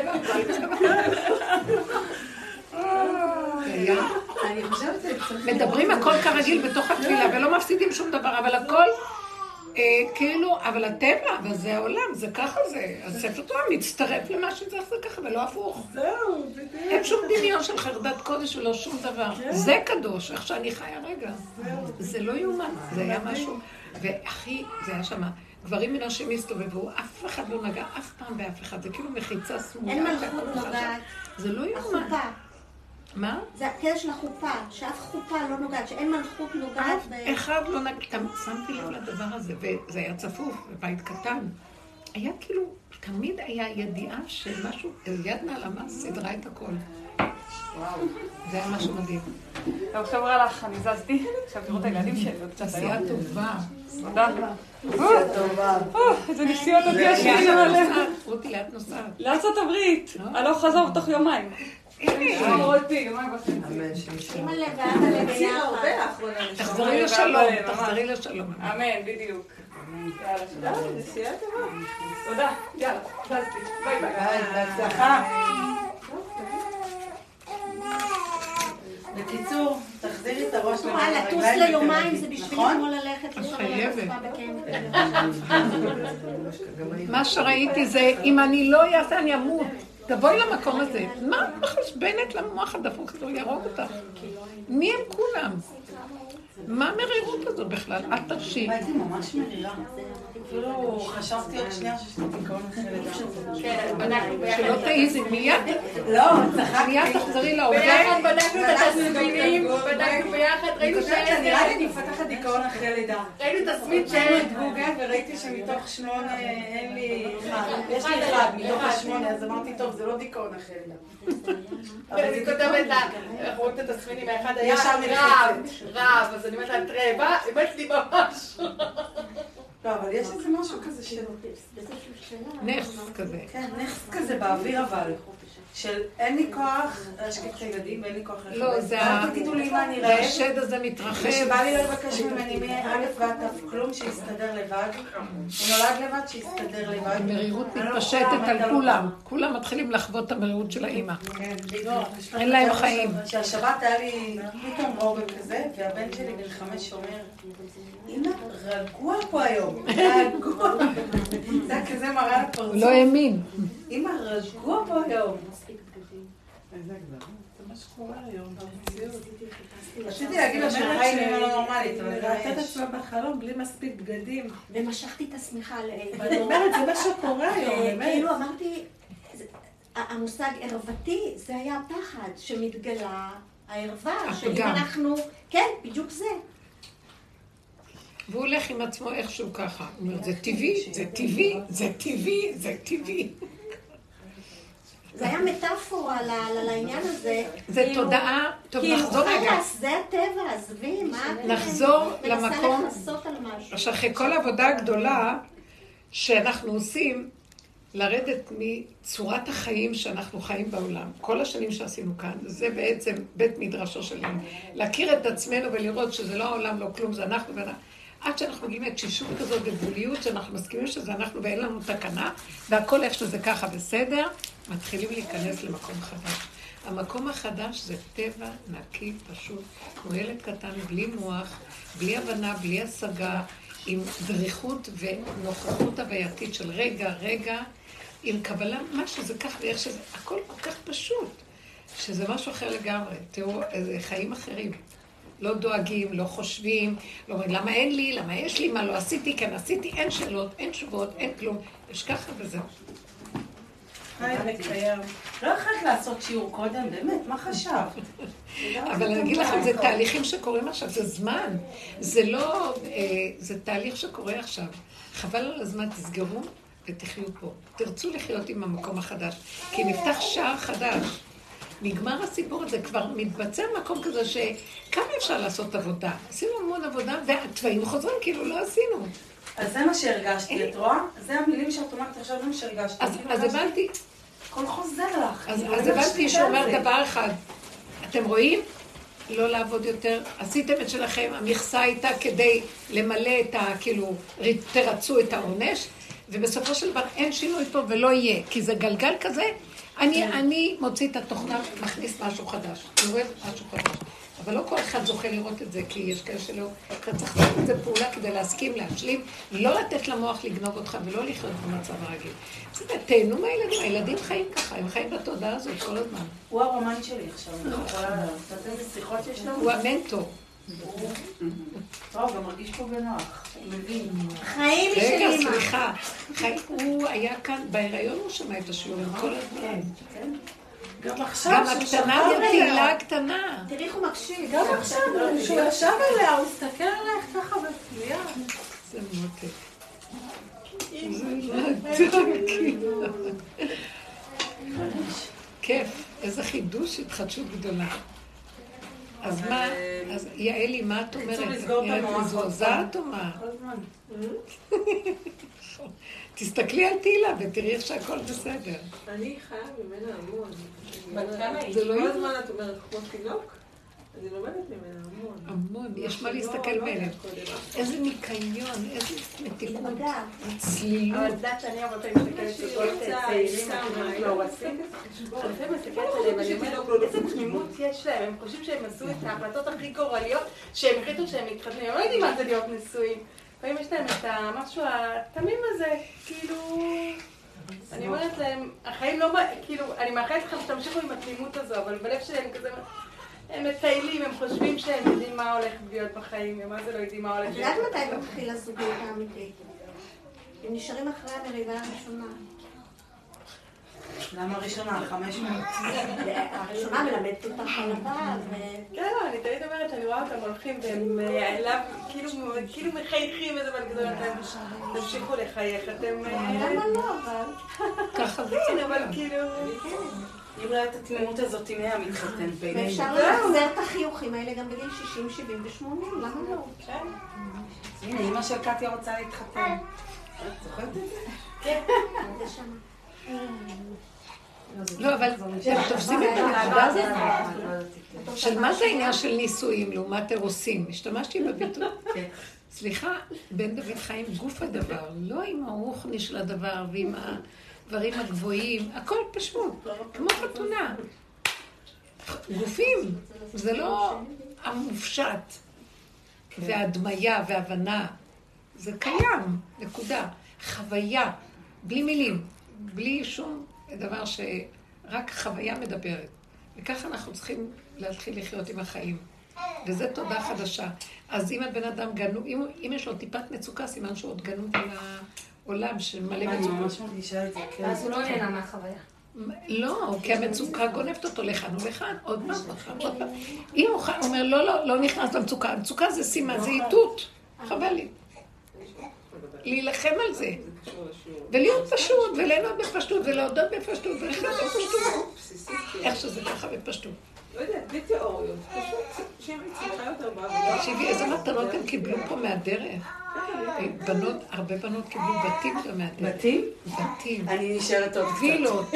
מדברים הכל כרגיל בתוך התפילה, ולא מפסידים שום דבר, אבל הכל כאילו, אבל הטבע, וזה העולם, זה ככה זה, הספר תורה מצטרף למה שצריך זה ככה, ולא הפוך. זהו, בדיוק. אין שום דמיון של חרדת קודש ולא שום דבר. זה קדוש, איך שאני חיה רגע. זה לא יאומן, זה היה משהו. ואחי, זה היה שמה, גברים ונשים הסתובבו, אף אחד לא נגע, אף פעם באף אחד, זה כאילו מחיצה סמויה. אין מלכות נוגעת. זה לא יאומן. החופה. מה? זה הקטע של החופה, שאף חופה לא נוגעת, שאין מלכות נוגעת. אחד לא נגע, שמתי לב לדבר הזה, וזה היה צפוף, בבית קטן. היה כאילו, תמיד היה ידיעה שמשהו, יד נעלמה סידרה את הכל. וואו. זה היה משהו מדהים. טוב, עכשיו רע לך, אני זזתי. עכשיו תראו את הילדים שלי, עוד קצת היום. עשייה טובה. תודה. עשייה טובה. איזה נסיעות עוד יש לי למלא. רותי, לאט נוסעת. לארצות הברית. הלוך חזור בתוך יומיים. הנה. רותי, יומיים וחצי. אימא לבאה לבאה. תחזרי לשלום, תחזרי לשלום. אמן, בדיוק. יאללה, תודה, נסיעה טובה. תודה, יאללה, זזתי. ביי ביי. בהצלחה. בקיצור, תחזירי את הראש למעלה. לטוס ליומיים זה בשביל כמו ללכת לשם לרצפה בקמפ. מה שראיתי זה, אם אני לא אעשה, אני אמות. תבואי למקום הזה. מה את מחשבנת למוח הדפוק הזה? הוא ירוג אותך. מי הם כולם? מה המרירות הזאת בכלל? אל תרשי. הייתי ממש מרירה. אפילו חשבתי עוד שנייה שיש לי דיכאון אחרי לידה. כן, בדקנו ביחד. שלא תעיזי, מיד, לא, צחקתי. מיד תחזרי לעובד. ביחד בדקנו את התסמינים, בדקנו ביחד, ראינו שאין... נראה לי אני מפתחת דיכאון אחרי לידה. ראינו תסמין שאין לי את גוגל וראיתי שמתוך שמונה אין לי אחד. יש לי אחד מתוך השמונה, אז אמרתי, טוב, זה לא דיכאון אחרי לידה. ואני כותבת לה, אנחנו רואים את התסמינים, האחד היה רב, רב, אז אני אומרת לה, תראה, הבאת לי ממש. לא, אבל יש איזה משהו כזה של... נכס כזה. כן, נכס כזה באוויר אבל. של אין לי כוח להשקיף את הילדים ואין לי כוח לחפש. לא, זה תגידו לי מה אני רעב. השד הזה מתרחב. ושבא לי לא לבקש ממני מא' ועד ת' כלום שיסתדר לבד. הוא נולד לבד שיסתדר לבד. המרירות מתפשטת על כולם. כולם מתחילים לחוות את המרירות של האמא. אין להם חיים. שהשבת היה לי פתאום רובה כזה, והבן שלי בן חמש אומר, אמא, רגוע פה היום. רגוע. זה היה כזה מראה לפרצוף. הוא לא האמין. אמא, רגוע פה היום. איזה גדול. זה מה שקורה היום, במציאות. רציתי להגיד לה שהחיים הם לא נורמלית, אבל זה ראתה את עצמה בחלום בלי מספיק בגדים. ומשכתי את השמיכה לעבר. אני אומרת, זה מה שקורה היום, באמת. כאילו אמרתי, המושג ערוותי, זה היה הפחד שמתגלה הערווה, שאם אנחנו, כן, בדיוק זה. והוא הולך עם עצמו איכשהו ככה. הוא אומר, זה טבעי, זה טבעי, זה טבעי, זה טבעי. זה היה מטאפורה לעניין הזה. זה תודעה, טוב, נחזור רגע. כאילו חלס, זה הטבע, עזבי, מה? נחזור למקום, מנסה לחסות על משהו. שאחרי כל העבודה הגדולה שאנחנו עושים, לרדת מצורת החיים שאנחנו חיים בעולם. כל השנים שעשינו כאן, זה בעצם בית מדרשו שלנו. להכיר את עצמנו ולראות שזה לא העולם, לא כלום, זה אנחנו ואנחנו. עד שאנחנו מגיעים לתשישות כזאת בגבוליות, שאנחנו מסכימים שזה אנחנו ואין לנו תקנה, והכל איך שזה ככה בסדר, מתחילים להיכנס למקום חדש. המקום החדש זה טבע נקי פשוט, כמו ילד קטן, בלי מוח, בלי הבנה, בלי השגה, עם דריכות ונוכחות הווייתית של רגע, רגע, עם קבלה, מה שזה כך ואיך שזה, הכל כל כך פשוט, שזה משהו אחר לגמרי, תראו, איזה חיים אחרים. לא דואגים, לא חושבים, לא אומרים, למה אין לי, למה יש לי, מה לא עשיתי, כן עשיתי, אין שאלות, אין תשובות, אין כלום, יש ככה וזהו. חי וקיים. לא יכולת לעשות שיעור קודם, באמת, מה חשבת? אבל אני אגיד לכם, זה תהליכים שקורים עכשיו, זה זמן, זה לא, זה תהליך שקורה עכשיו. חבל על הזמן, תסגרו ותחיו פה. תרצו לחיות עם המקום החדש, כי נפתח שער חדש. נגמר הסיפור הזה, כבר מתבצע מקום כזה שכמה אפשר לעשות עבודה. עשינו המון עבודה, והתוואים חוזרים כאילו לא עשינו. אז זה מה שהרגשתי, את רואה? זה המילים שאת אומרת עכשיו, זה מה שהרגשתי. אז הבנתי. הכל חוזר לך. אז הבנתי שאומר דבר אחד. אתם רואים? לא לעבוד יותר. עשיתם את שלכם, המכסה הייתה כדי למלא את ה... כאילו, תרצו את העונש, ובסופו של דבר אין שינוי פה ולא יהיה. כי זה גלגל כזה. אני, אני מוציא את התוכנה, מכניס משהו חדש. אני רואה משהו חדש. אבל לא כל אחד זוכה לראות את זה, כי יש כאלה שלא... אתה צריך לעשות את זה פעולה כדי להסכים, להשלים, לא לתת למוח לגנוב אותך ולא לחיות במצב הרגיל. בסדר, תהנו מהילדים, הילדים חיים ככה, הם חיים בתודעה הזאת כל הזמן. הוא הרומן שלי עכשיו, אני יכולה לדעת איזה שיחות יש לנו? הוא המנטור. טוב, גם מרגיש פה בנוח, מבין. חיים של אמא. רגע, סליחה. הוא היה כאן, בהיריון הוא שמע את השיעורים כל הזמן. גם עכשיו, גם הקטנה בתהילה הקטנה. תראי איך הוא מקשיב. גם עכשיו, כשהוא ישב אליה, הוא הסתכל עליך ככה בפליאה. זה מותק. זה מותק. כיף, איזה חידוש, התחדשות גדולה. אז מה, אז יעלי, מה את אומרת? נראית מזועזעת או מה? כל הזמן. תסתכלי על תהילה ותראי איך שהכל בסדר. אני חיה ממנה המון. זה לא כל הזמן את אומרת כמו תינוק, אני לומדת ממנה המון. המון, יש מה להסתכל מלך. איזה ניקיון, איזה מתיקות, צלילות. אבל דעת שאני הרבה פעמים מסתכלת שכל צעירים מתחילים מאורסים, אני לפעמים מסתכלת עליהם, אני אומרת, איזה תמימות יש להם, הם חושבים שהם עשו את ההחלטות הכי גורליות, שהם החליטו שהם מתחתנים, הם לא יודעים מה זה להיות נשואים. לפעמים יש להם את המשהו התמים הזה, כאילו... אני אומרת להם, החיים לא... כאילו, אני מאחלת לכם שתמשיכו עם התמימות הזו, אבל בלב שלהם כזה... הם מטיילים, הם חושבים שהם יודעים מה הולך להיות בחיים, ומה זה לא יודעים מה הולך להיות. את יודעת מתי מתחיל הזוגיות האמיתית? הם נשארים אחרי המריבה הראשונה. למה הראשונה? חמש מאות. הראשונה מלמדת אותם חלבה, ו... כן, לא, אני תמיד אומרת שאני רואה אותם הולכים והם אליו כאילו מחייכים איזה בן גדול, אתם תמשיכו לחייך, אתם... למה לא, אבל... ככה זה כן, אבל כאילו... אם לא את התמימות הזאת עם היה מתחתן בינינו. ואפשר להחזר את החיוכים האלה גם בגיל שישים, שבעים ושמונים, למה לא? כן. הנה, אמא של קטיה רוצה להתחתן. את זוכרת את זה? כן, זה שמה. לא, אבל הם תופסים את הנקודה הזאת. של מה זה העניין של נישואים לעומת אירוסים? השתמשתי בביטוי. סליחה, בן דוד חיים גוף הדבר, לא עם הרוחני של הדבר ועם הדברים הגבוהים, הכל פשוט, כמו חתונה. גופים, זה לא המופשט וההדמיה וההבנה, זה קיים, נקודה. חוויה, בלי מילים, בלי שום דבר שרק חוויה מדברת. וככה אנחנו צריכים להתחיל לחיות עם החיים. וזה תודה חדשה. אז אם הבן אדם גנוב, אם, אם יש לו טיפת מצוקה, סימן שהוא עוד גנוב על העולם שמלא מצוקה. אני ממש מרגישה את זה, כן. אז הוא לא נהנה מהחוויה. לא, כי המצוקה גונבת אותו לכאן ולכאן, עוד פעם, עוד פעם. אם הוא אומר, לא, לא, לא נכנס למצוקה, המצוקה זה סימן, זה איתות. חבל לי. להילחם על זה. ולהיות פשוט, וליהנות בפשטות, ולהודות בפשטות, ולחיות בפשטות. איך שזה ככה בפשטות. לא יודעת, בלי תיאוריות. פשוט שהם צריכה יותר בעבודה. תקשיבי, איזה מתנות הם קיבלו פה מהדרך. בנות, הרבה בנות קיבלו בתים גם מהדרך. בתים? בתים. אני נשארת עוד קצת. וילות.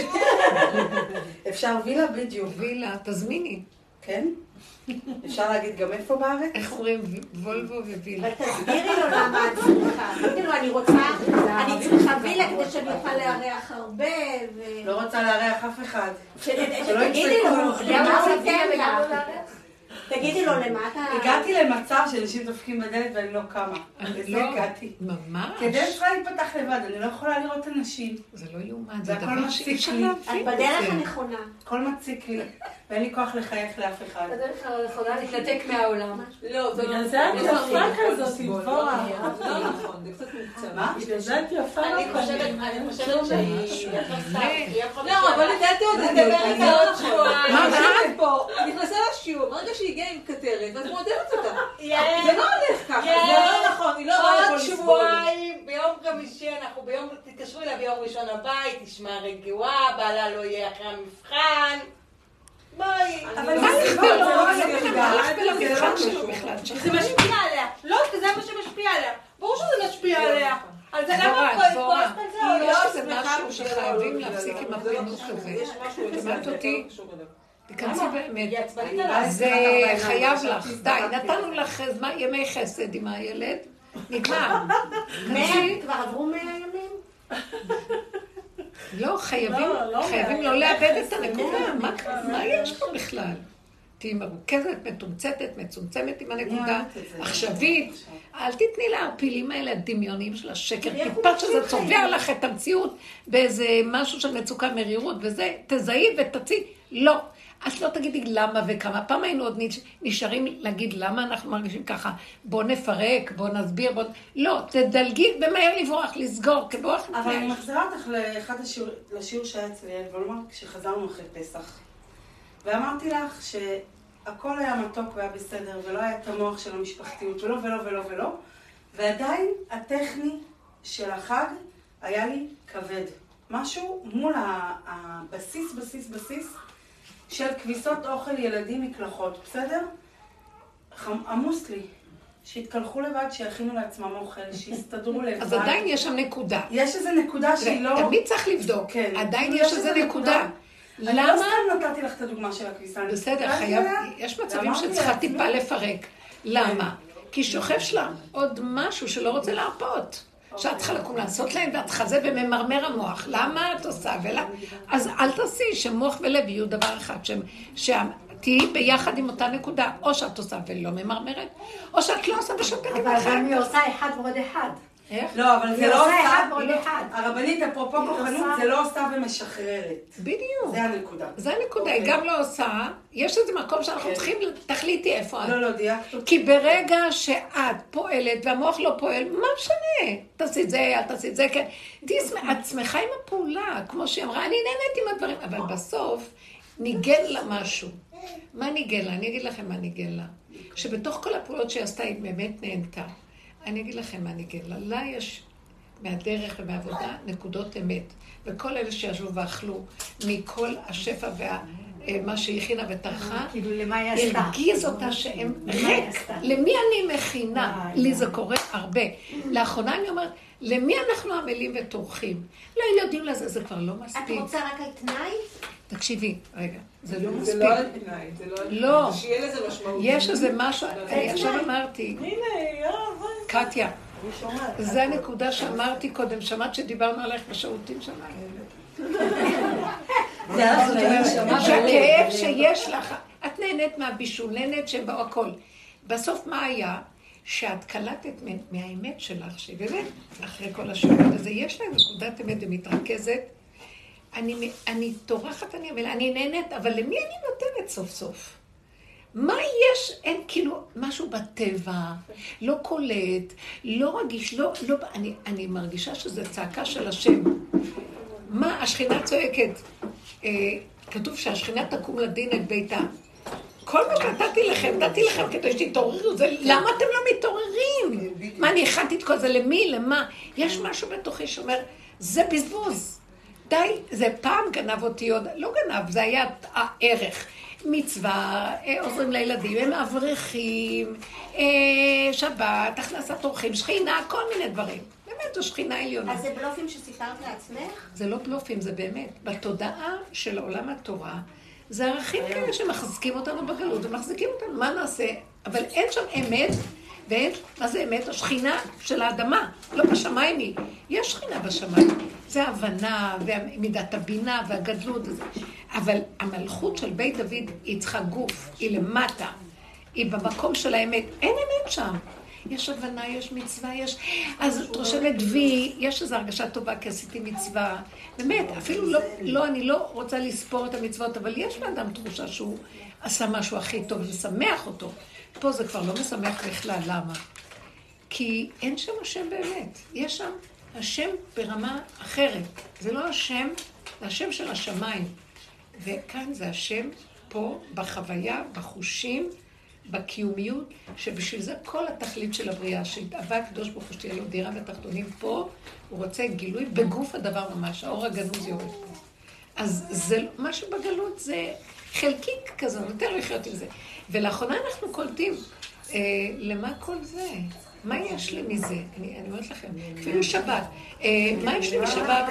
אפשר וילה בדיוק. וילה, תזמיני. כן? אפשר להגיד גם איפה בארץ? איך אומרים וולבו ווילה? אבל תסבירי לו למה את צריכה. תגידי לו, אני רוצה, אני צריכה וילה כדי שאני אוכל לארח הרבה ו... לא רוצה לארח אף אחד. תגידי לו, למה הוא ייתן לה? תגידי לו, למה אתה... הגעתי למצב שאנשים דופקים בדלת ואני לא קמה. לזה הגעתי. ממש? כדי צריכה להתפתח לבד, אני לא יכולה לראות אנשים. זה לא יאומן, זה זה הכל דבר מציק שאי לי. את בדרך הנכונה. הכל מציק לי, ואין לי כוח לחייך לאף אחד. בדרך כלל יכולה להתנתק מהעולם. לא, זה בגלל זה את יפה כזאת, דבורה. לא נכון, זה קצת מוקצר. מה? בגלל זה את יפה. אני חושבת, אני חושבת שהיא... לא, אבל לדעתי עוד נדבר איתה עוד שבועיים. מה, מה? פה, היא נכנסה לשיעור, ברגע שהיא הגיעה עם כתרת, ואת מועדרת אותה. זה לא הולך ככה, זה לא נכון, היא לא באה לפה עוד לסבול. שבועיים, ביום חמישי אנחנו ביום, תתקשרו אליה ביום ראשון הבית, תשמע רגועה, בעלה לא יהיה אחרי המבחן. ביי. אבל מה זה לכתוב? לא לא, הולך לא, בגלל. הלכת למבחן שלו בכלל. זה משפיע עליה. לא, זה מה שמשפיע עליה. ברור שזה משפיע עליה. אז זה למה דבורה, פה דבורה, התפרסת על זה? יש איזה משהו שחייבים להפסיק עם הפינוק הזה. שמעת אותי? תיכנסי באמת. היא עצבנית עליי. זה חייב לך. די, נתנו לך ימי חסד עם הילד. נגמר. מאה, כבר עברו מאה ימים? לא, חייבים, לא, לא, חייבים לא, לא לאבד את לא, הנקודה. לא, מה- לא, מה לא, יש פה בכלל? תהי מרוכזת, מתומצתת, מצומצמת עם הנקודה, עכשווית. אל תתני לערפילים האלה הדמיונים של השקר, טיפה שזה צובע לך את המציאות באיזה משהו של מצוקה מרירות, וזה, תזהי ותצאי. לא. את לא תגידי למה וכמה. פעם היינו עוד נשארים להגיד למה אנחנו מרגישים ככה. בוא נפרק, בוא נסביר, בוא... לא, תדלגי ומהר לברוח, לסגור, כברוח. אבל אני מחזירה אותך לאחד השיעור, לשיעור שהיה אצלי, ולומר, כשחזרנו אחרי פסח. ואמרתי לך שהכל היה מתוק והיה בסדר, ולא היה את המוח של המשפחתיות, ולא ולא ולא ולא, ועדיין הטכני של החג היה לי כבד. משהו מול הבסיס, בסיס, בסיס, של כביסות אוכל ילדים מקלחות, בסדר? עמוס לי. שהתקלחו לבד, שיכינו לעצמם אוכל, שיסתדרו לבד. אז עדיין יש שם נקודה. יש איזו נקודה שהיא לא... תמיד צריך לבדוק. כן. עדיין יש איזו נקודה. אני לא סתם נתתי לך את הדוגמה של הכביסה. בסדר, חייב... יש מצבים שצריכה טיפה לפרק. למה? כי שוכב לה עוד משהו שלא רוצה להרפות. שאת צריכה לקום לעשות להם, ואת חזה וממרמר המוח. למה את עושה? אז אל תעשי שמוח ולב יהיו דבר אחד, שתהיי ביחד עם אותה נקודה, או שאת עושה ולא ממרמרת, או שאת לא עושה ושותקת. אבל גם היא עושה אחד ועוד אחד. איך? לא, אבל זה היא לא עושה אחד עושה... ועוד אחד. הרבנית, אפרופו כוחנות, זה לא עושה ומשחררת. בדיוק. זה הנקודה. זה הנקודה, היא גם לא עושה, יש איזה מקום שאנחנו צריכים, תחליטי איפה את. לא, לא, דייקת. כי ברגע שאת פועלת והמוח לא פועל, מה משנה? תעשי את זה, אל תעשי את זה, כן. את שמחה עם הפעולה, כמו שהיא אמרה, אני נהנית עם הדברים, אבל בסוף ניגן לה משהו. מה ניגן לה? אני אגיד לכם מה ניגן לה. שבתוך כל הפעולות שהיא עשתה, היא באמת נהנתה. אני אגיד לכם מה ניגן לה. לה יש מהדרך ומהעבודה נקודות אמת. וכל אלה שישבו ואכלו מכל השפע ומה שהיא הכינה וטרחה, הרגיז אותה שהם ריק. למי אני מכינה? לי זה קורה הרבה. לאחרונה אני אומרת, למי אנחנו עמלים וטורחים? לא, הם יודעים לזה, זה כבר לא מספיק. את רוצה רק על תנאי? תקשיבי, רגע, זה לא מספיק. זה לא על תנאי, זה לא על תנאי. לא. שיהיה לזה משמעות. יש איזה משהו, אני עכשיו אמרתי, קטיה, זה הנקודה שאמרתי קודם, שמעת שדיברנו עליך בשירותים שלנו. שהכאב שיש לך, את נהנית מהבישול, נהנית שהם באו הכל. בסוף מה היה? שאת קלטת מהאמת שלך, שבאמת, אחרי כל השבוע הזה, יש לה נקודת אמת ומתרכזת, אני, אני תורחת, אני, אני נהנית, אבל למי אני נותנת סוף סוף? מה יש? אין כאילו משהו בטבע, לא קולט, לא רגיש, לא, לא, אני, אני מרגישה שזה צעקה של השם. מה השכינה צועקת? אה, כתוב שהשכינה תקום לדין את ביתה. כל מה שנתתי לכם, נתתי לכם כדי שתתעוררו, זה, למה אתם לא מתעוררים? מה, אני הכנתי את כל זה? למי? למה? יש משהו בתוכי שאומר, זה בזבוז. די, זה פעם גנב אותי עוד, לא גנב, זה היה הערך. מצווה, עוזרים לילדים, הם אברכים, שבת, הכנסת אורחים, שכינה, כל מיני דברים. באמת, זו שכינה עליונה. אז זה בלופים שסיפרת לעצמך? זה לא בלופים, זה באמת. בתודעה של עולם התורה, זה ערכים כאלה שמחזיקים אותנו בגלות, ומחזיקים אותנו, מה נעשה? אבל אין שם אמת, ואין, מה זה אמת? השכינה של האדמה, לא בשמיים היא. יש שכינה בשמיים. זה ההבנה, ומידת הבינה, והגדלות. אבל המלכות של בית דוד היא צריכה גוף, היא למטה, היא במקום של האמת. אין אמת שם. יש הבנה, יש מצווה, יש... אז את רושמת וי, יש איזו הרגשה טובה כי עשיתי מצווה. באמת, אפילו לא, לא, אני לא רוצה לספור את המצוות, אבל יש לאדם תחושה שהוא עשה משהו הכי טוב ושמח אותו. פה זה כבר לא משמח בכלל, למה? כי אין שם השם באמת. יש שם השם ברמה אחרת. זה לא השם, זה השם של השמיים. וכאן זה השם פה, בחוויה, בחושים, בקיומיות, שבשביל זה כל התכלית של הבריאה, שהתאווה הקדוש ברוך הוא שתהיה לו דירה בתחתונים פה, הוא רוצה גילוי בגוף הדבר ממש, האור הגנוז יורד פה. אז זה, משהו בגלות זה חלקיק כזה, נותן לחיות עם זה. ולאחרונה אנחנו קולטים, אה, למה כל זה? מה יש לי מזה? אני, אני אומרת לכם, אפילו שבת. אה, מה יש לי משבת?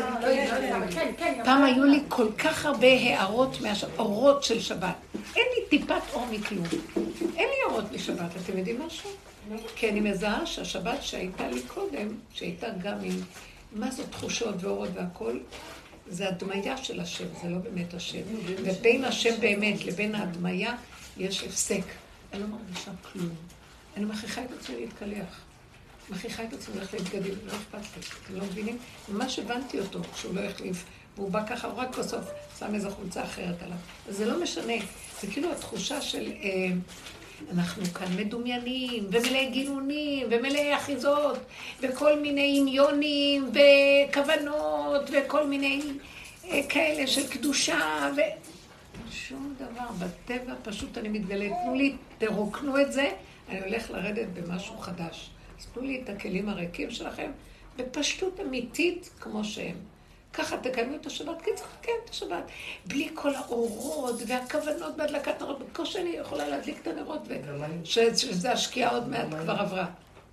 פעם היו לי כל כך הרבה הערות, מהשבת, אורות של שבת. אין לי טיפת אור מכלום. אין לי אורות משבת, אתם יודעים משהו? כי אני מזהה שהשבת שהייתה לי קודם, שהייתה גם עם מה זאת תחושות ואורות והכל, זה הדמיה של השם, זה לא באמת השם. ובין השם באמת לבין ההדמיה יש הפסק. אני לא מרגישה כלום. אני מכריחה את עצמי להתקלח. מכריחה את עצמי ללכת להתגדים, לא אכפת לי. אתם לא מבינים? ממש הבנתי אותו, שהוא לא החליף. והוא בא ככה, הוא רק בסוף שם איזו חולצה אחרת עליו. אז זה לא משנה. זה כאילו התחושה של... אה, אנחנו כאן מדומיינים, ומלאי גינונים, ומלאי אחיזות, וכל מיני עניונים, וכוונות, וכל מיני אה, כאלה של קדושה, ו... שום דבר. בטבע פשוט אני מתגלה. תנו לי, תרוקנו את זה, אני הולך לרדת במשהו חדש. אז תנו לי את הכלים הריקים שלכם, בפשטות אמיתית כמו שהם. ככה תקיימו את השבת, כי צריך לקיים את השבת. בלי כל האורות והכוונות בהדלקת נרות. בקושי אני יכולה להדליק את הנרות, שזה השקיעה עוד מעט כבר עברה.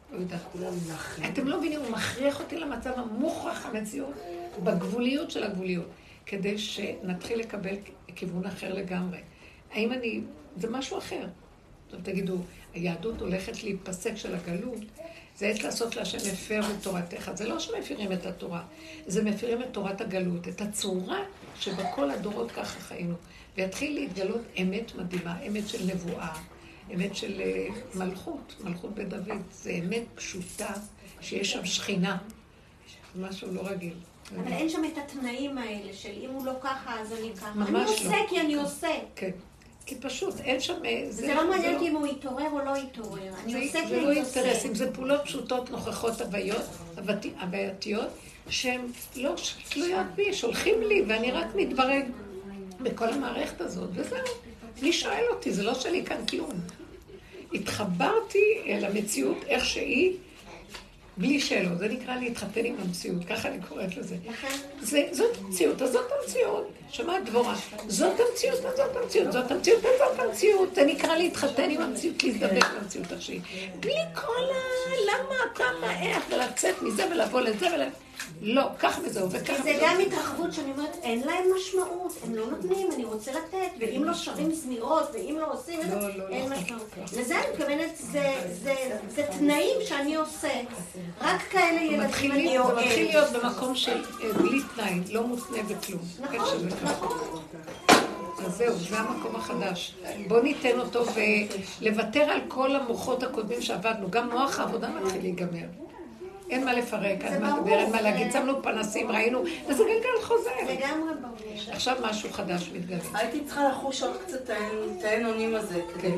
אתם לא מבינים, הוא מכריח אותי למצב המוכרח המציאות, בגבוליות של הגבוליות, כדי שנתחיל לקבל כיוון אחר לגמרי. האם אני... זה משהו אחר. עכשיו תגידו, היהדות הולכת להיפסק של הגלות, זה עת לעשות להשם הפר בתורתך. זה לא שמפירים את התורה, זה מפירים את תורת הגלות, את הצורה שבכל הדורות ככה חיינו. ויתחיל להתגלות אמת מדהימה, אמת של נבואה, אמת של מלכות, מלכות בדוד. זה אמת פשוטה שיש שם שכינה, משהו לא רגיל. אבל אין שם את התנאים האלה של אם הוא לא ככה, אז אני ככה. אני ממש עושה לא. כי אני עושה. כן. כי פשוט אין שם... זה לא מעניין אותי אם הוא יתעורר או לא יתעורר. אני עושה כי זה לא אני עושה. אינטרסים, זה פעולות פשוטות, נוכחות, הוויות, הווייתיות, שהן לא תלויות בי, שולחים לי, ואני רק מתברג בכל המערכת הזאת, וזהו. מי שואל אותי, זה לא שלי כאן כלום. התחברתי אל המציאות איך שהיא, בלי שאלות. זה נקרא להתחתן עם המציאות, ככה אני קוראת לזה. זה, זאת המציאות, אז זאת המציאות. שמעת דבורה, זאת המציאות, אז זאת המציאות, זאת המציאות, אז זאת המציאות. זה נקרא להתחתן עם המציאות, להזדבק למציאות השני. בלי כל ה... למה, כמה, איך, ולצאת מזה ולבוא לזה ולבוא... לא, כך וזהו, וכך וזהו. זה גם התרחבות שאני אומרת, אין להם משמעות, הם לא נותנים, אני רוצה לתת, ואם לא שרים זמירות, ואם לא עושים את זה, אין משמעות. לזה אני מתכוונת, זה תנאים שאני עושה, רק כאלה ילדים אני אוהב. זה מתחיל להיות במקום של בלי תנאי, לא מותנה בכלום. נכון, נכון. אז זהו, זה המקום החדש. בוא ניתן אותו ולוותר על כל המוחות הקודמים שעבדנו, גם מוח העבודה מתחיל להיגמר. אין מה לפרק, אין מה לדבר, אין מה להגיד, שמנו פנסים, ראינו, וזה גלגל חוזר. לגמרי ברור. עכשיו משהו חדש מתגלה. הייתי צריכה לחוש עוד קצת את האין אונים הזה, כדי...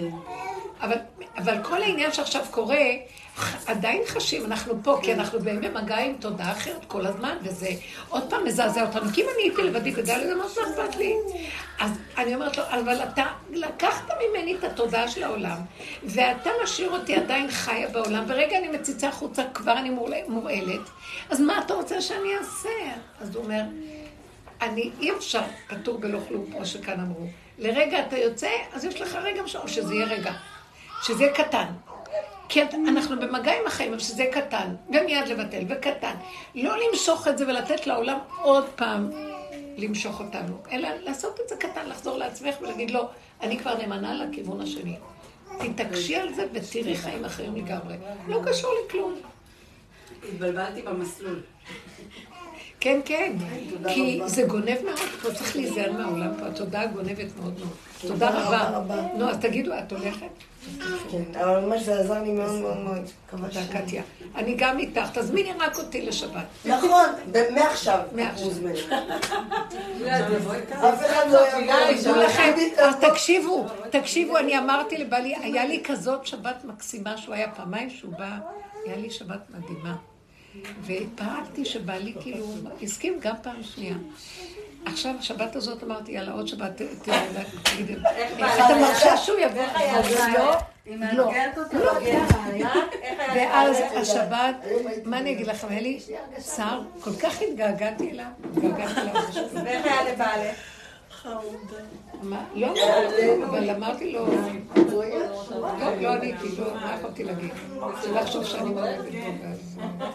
אבל כל העניין שעכשיו קורה, עדיין חשים, אנחנו פה, כי אנחנו באמת מגע עם תודעה אחרת כל הזמן, וזה עוד פעם מזעזע אותנו, כי אם אני הייתי לבדי בגלל זה, מה אכפת לי? אז אני אומרת לו, אבל אתה לקחת ממני את התודעה של העולם, ואתה משאיר אותי עדיין חיה בעולם, ורגע אני מציצה החוצה, כבר אני מורעלת, אז מה אתה רוצה שאני אעשה? אז הוא אומר, אני אי אפשר פטור בלא כלום, כמו שכאן אמרו. לרגע אתה יוצא, אז יש לך רגע משהו, שזה יהיה רגע, שזה יהיה קטן. כי אנחנו במגע עם החיים, אבל שזה קטן, ומיד לבטל, וקטן. לא למשוך את זה ולתת לעולם עוד פעם למשוך אותנו, אלא לעשות את זה קטן, לחזור לעצמך ולהגיד לו, אני כבר נאמנה לכיוון השני. תתעקשי על זה ותראי חיים אחרים לגמרי. לא קשור לכלום. התבלבלתי במסלול. כן, כן, כי זה גונב מאוד, פה צריך להיזהר מהעולם פה, התודעה גונבת מאוד מאוד. תודה רבה. נו, אז תגידו, את הולכת? כן, אבל ממש זה עזר לי מאוד מאוד מאוד. תודה, קטיה. אני גם איתך, תזמיני רק אותי לשבת. נכון, מעכשיו. מעכשיו. אף אחד לא יבוא. אז תקשיבו, תקשיבו, אני אמרתי לבעלי, היה לי כזאת שבת מקסימה, שהוא היה פעמיים שהוא בא, היה לי שבת מדהימה. והתפעלתי שבעלי כאילו הסכים גם פעם שנייה. עכשיו, השבת הזאת אמרתי, יאללה, עוד שבת, תגידי, אתה מרשה שהוא יבוא? לא, לא, לא, ואז השבת, מה אני אגיד לכם, היה לי צער, כל כך התגעגעתי אליו, התגעגעתי אליו. ואיך היה לבעלך? לא, אבל אמרתי לו, לא, לא עניתי, לא, מה יכולתי להגיד? זה לחשוב שאני מאוד בגלל.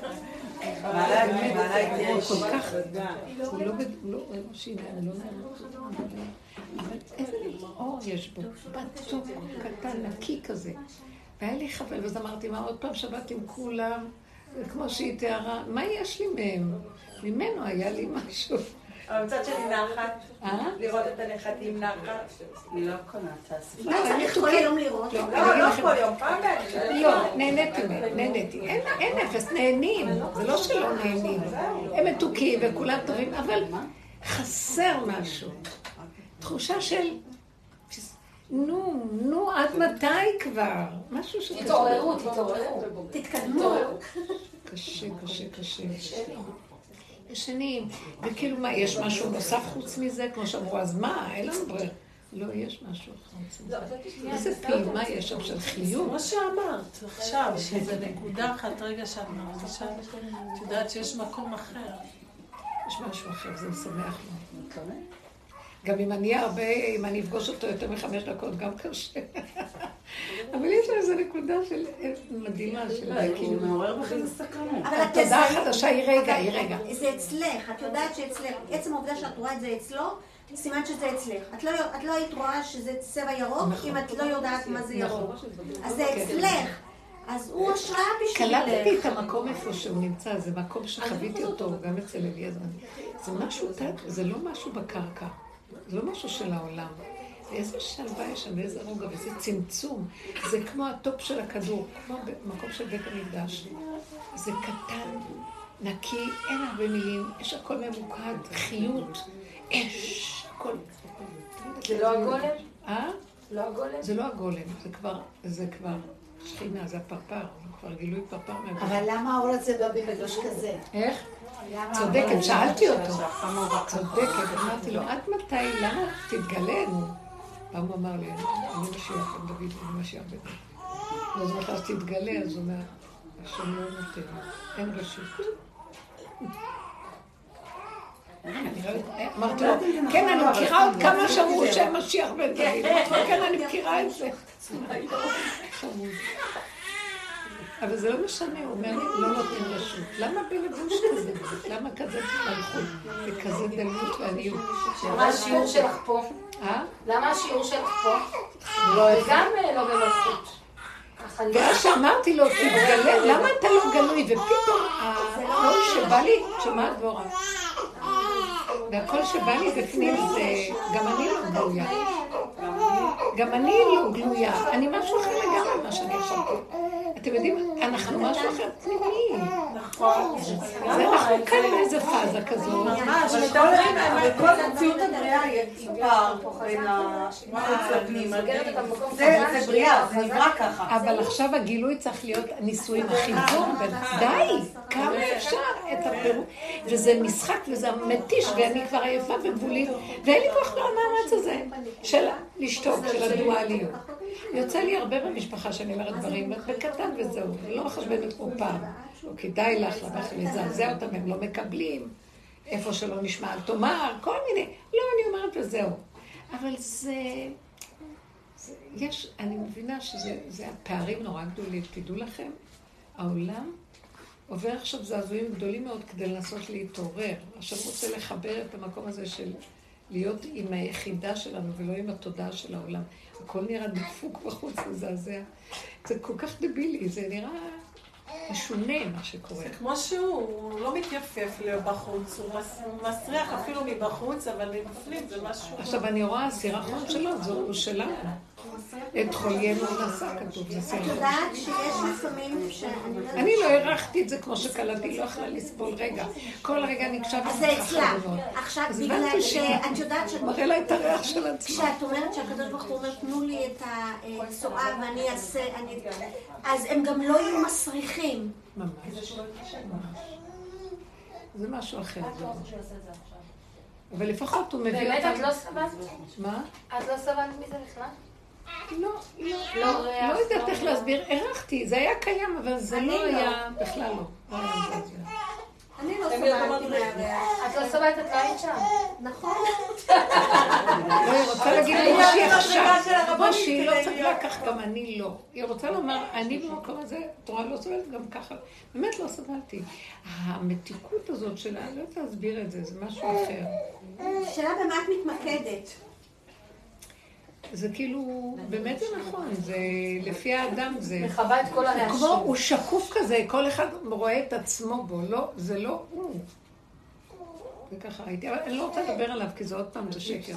הוא כל כך, הוא לא שינה, הוא לא נעמד, אבל איזה אור יש בו, בטוק, קטן, נקי כזה. והיה לי חבל, ואז אמרתי, מה עוד פעם שבת עם כולם, כמו שהיא תיארה, מה יש לי מהם? ממנו היה לי משהו. אבל מצד שלי נחת, לראות את הנכדים נחת. אני לא קונה את הספר. לא צריך כל היום לראות. לא, לא כל יום, פעם בעצם. לא, נהניתי, נהניתי. אין אפס, נהנים. זה לא שלא נהנים. הם מתוקים וכולם טובים, אבל חסר משהו. תחושה של... נו, נו, עד מתי כבר? משהו שקשה. תתעוררו, תתעוררו. תתקדמו. קשה, קשה, קשה. ישנים, וכאילו מה, יש משהו נוסף חוץ מזה? כמו שאמרו, אז מה, אין לנו ברירה. לא, יש משהו חוץ מזה. איזה פעימה יש שם של חיוב? כמו שאמרת עכשיו, שזה נקודה אחת רגע שאת מרגישה, את יודעת שיש מקום אחר. יש משהו אחר, זה משמח מאוד. גם אם אני הרבה, אם אני אפגוש אותו יותר מחמש דקות, גם קשה. אבל יש לו איזו נקודה של מדהימה של כאילו מעורר בכם סקרנות. אבל את התודעה החדשה היא רגע, היא רגע. זה אצלך, את יודעת שאצלך, עצם העובדה שאת רואה את זה אצלו, סימן שזה אצלך. את לא היית רואה שזה צבע ירוק, אם את לא יודעת מה זה ירוק. אז זה אצלך. אז הוא השראה בשבילך. קלטתי את המקום איפה שהוא נמצא, זה מקום שחוויתי אותו, גם אצל אליעזר. זה משהו, זה לא משהו בקרקע. זה לא משהו של העולם. איזה שלווה יש שם, ואיזה רוגע, ואיזה צמצום. זה כמו הטופ של הכדור, כמו במקום של בית המקדש. זה קטן, נקי, אין הרבה מילים, יש הכל ממוקד, חיות, אש, הכל. זה לא הגולם? אה? לא הגולם? זה לא הגולם, זה כבר, זה כבר שכינה, זה הפרפר, זה כבר גילוי פרפר מהגולם. אבל למה האור הזה בא בקדוש כזה? איך? צודקת, שאלתי אותו. צודקת, אמרתי לו, עד מתי, למה תתגלה? פעם הוא אמר לי, אני משיח, דוד, אני משיח בית. אז הוא אחר תתגלה, אז הוא אומר, השם לא נותן, אין רשות. אמרתי לו, כן, אני מכירה עוד כמה שאמרו שהם משיח בן דוד. כן, אני מכירה את זה. אבל זה לא משנה, הוא אומר לי, לא נותן רשות. למה בלבוש כזה? למה כזה מלכות? וכזה דלות ועניות? מה השיעור שלך פה? אה? למה השיעור שלך פה? וגם לא במלכות. ואז שאמרתי לו, תתגלה, למה אתה לא גלוי? ופתאום הקול שבא לי, שמעת דבורה. והקול שבא לי בפנים זה, גם אני לא גלויה. גם אני לא גלויה. אני משהו אחר לגמרי מה שאני עכשיו פה. אתם יודעים, אנחנו משהו אחר פנימי. נכון. זה אנחנו כאן באיזה פאזה כזאת. ממש, אבל כל המציאות הבריאה היא פער בין החוץ לפנים. זה בריאה, זה נברא ככה. אבל עכשיו הגילוי צריך להיות ניסויים החיבור. די, כמה אפשר את הפירוט. וזה משחק וזה מתיש, ואני כבר עייפה וגבולית, ואין לי כוח מהמאמץ הזה של לשתוק, של הדואליות. יוצא לי הרבה במשפחה שאני אומרת דברים, בקטן וזהו, לא מחשבנת כמו פעם. לא כדאי לך, לך לזעזע אותם, הם לא מקבלים, איפה שלא נשמע, תאמר, כל מיני. לא, אני אומרת וזהו. אבל זה, זה יש, אני מבינה שזה הפערים נורא גדולים. תדעו לכם, העולם עובר עכשיו זעזועים גדולים מאוד כדי לנסות להתעורר. עכשיו רוצה לחבר את המקום הזה של להיות עם היחידה שלנו ולא עם התודעה של העולם. הכל נראה דפוק בחוץ וזעזע. זה כל כך דבילי, זה נראה משונה מה שקורה. זה כמו שהוא, הוא לא מתייפף בחוץ, הוא מסריח אפילו מבחוץ, אבל מבפנים זה משהו... עכשיו אני רואה סירחון שלו, זו שלנו. את חוליינו נעשה כתוב, זה סירחון. את יודעת שיש לפעמים שאני... אני לא הערכתי את זה כמו שקלטתי, לא יכלה לסבול רגע. כל רגע נקשבתי אז זה אצלה. עכשיו בגלל שאת יודעת שאת... מראה לה את הריח של עצמה. כשאת אומרת שהקדוש ברוך הוא אומר, תנו לי את הצועה ואני אעשה... אז הם גם לא יהיו מסריחים. ממש. זה משהו אחר. אבל לפחות הוא מביא אותם... באמת את לא סבלת? מה? את לא סבלת מזה בכלל? לא, לא, לא יודעת איך להסביר, ערכתי, זה היה קיים, אבל זה לא היה, בכלל לא. אני לא סבלתי מהריח. את לא סבלת, את לא היית שם. נכון. לא, היא רוצה להגיד לי שהיא עכשיו, מה שהיא לא סבלה כך, גם אני לא. היא רוצה לומר, אני במקום הזה, תורה לא סבלת גם ככה. באמת לא סבלתי. המתיקות הזאת שלה, לא יודעת להסביר את זה, זה משהו אחר. שאלה במה את מתמקדת? זה כאילו, באמת זה נכון, זה לפי האדם זה... מחווה את כל הרעשים. כמו, הוא שקוף כזה, כל אחד רואה את עצמו בו, לא, זה לא הוא. וככה הייתי, אבל אני לא רוצה לדבר עליו, כי זה עוד פעם, זה שקר.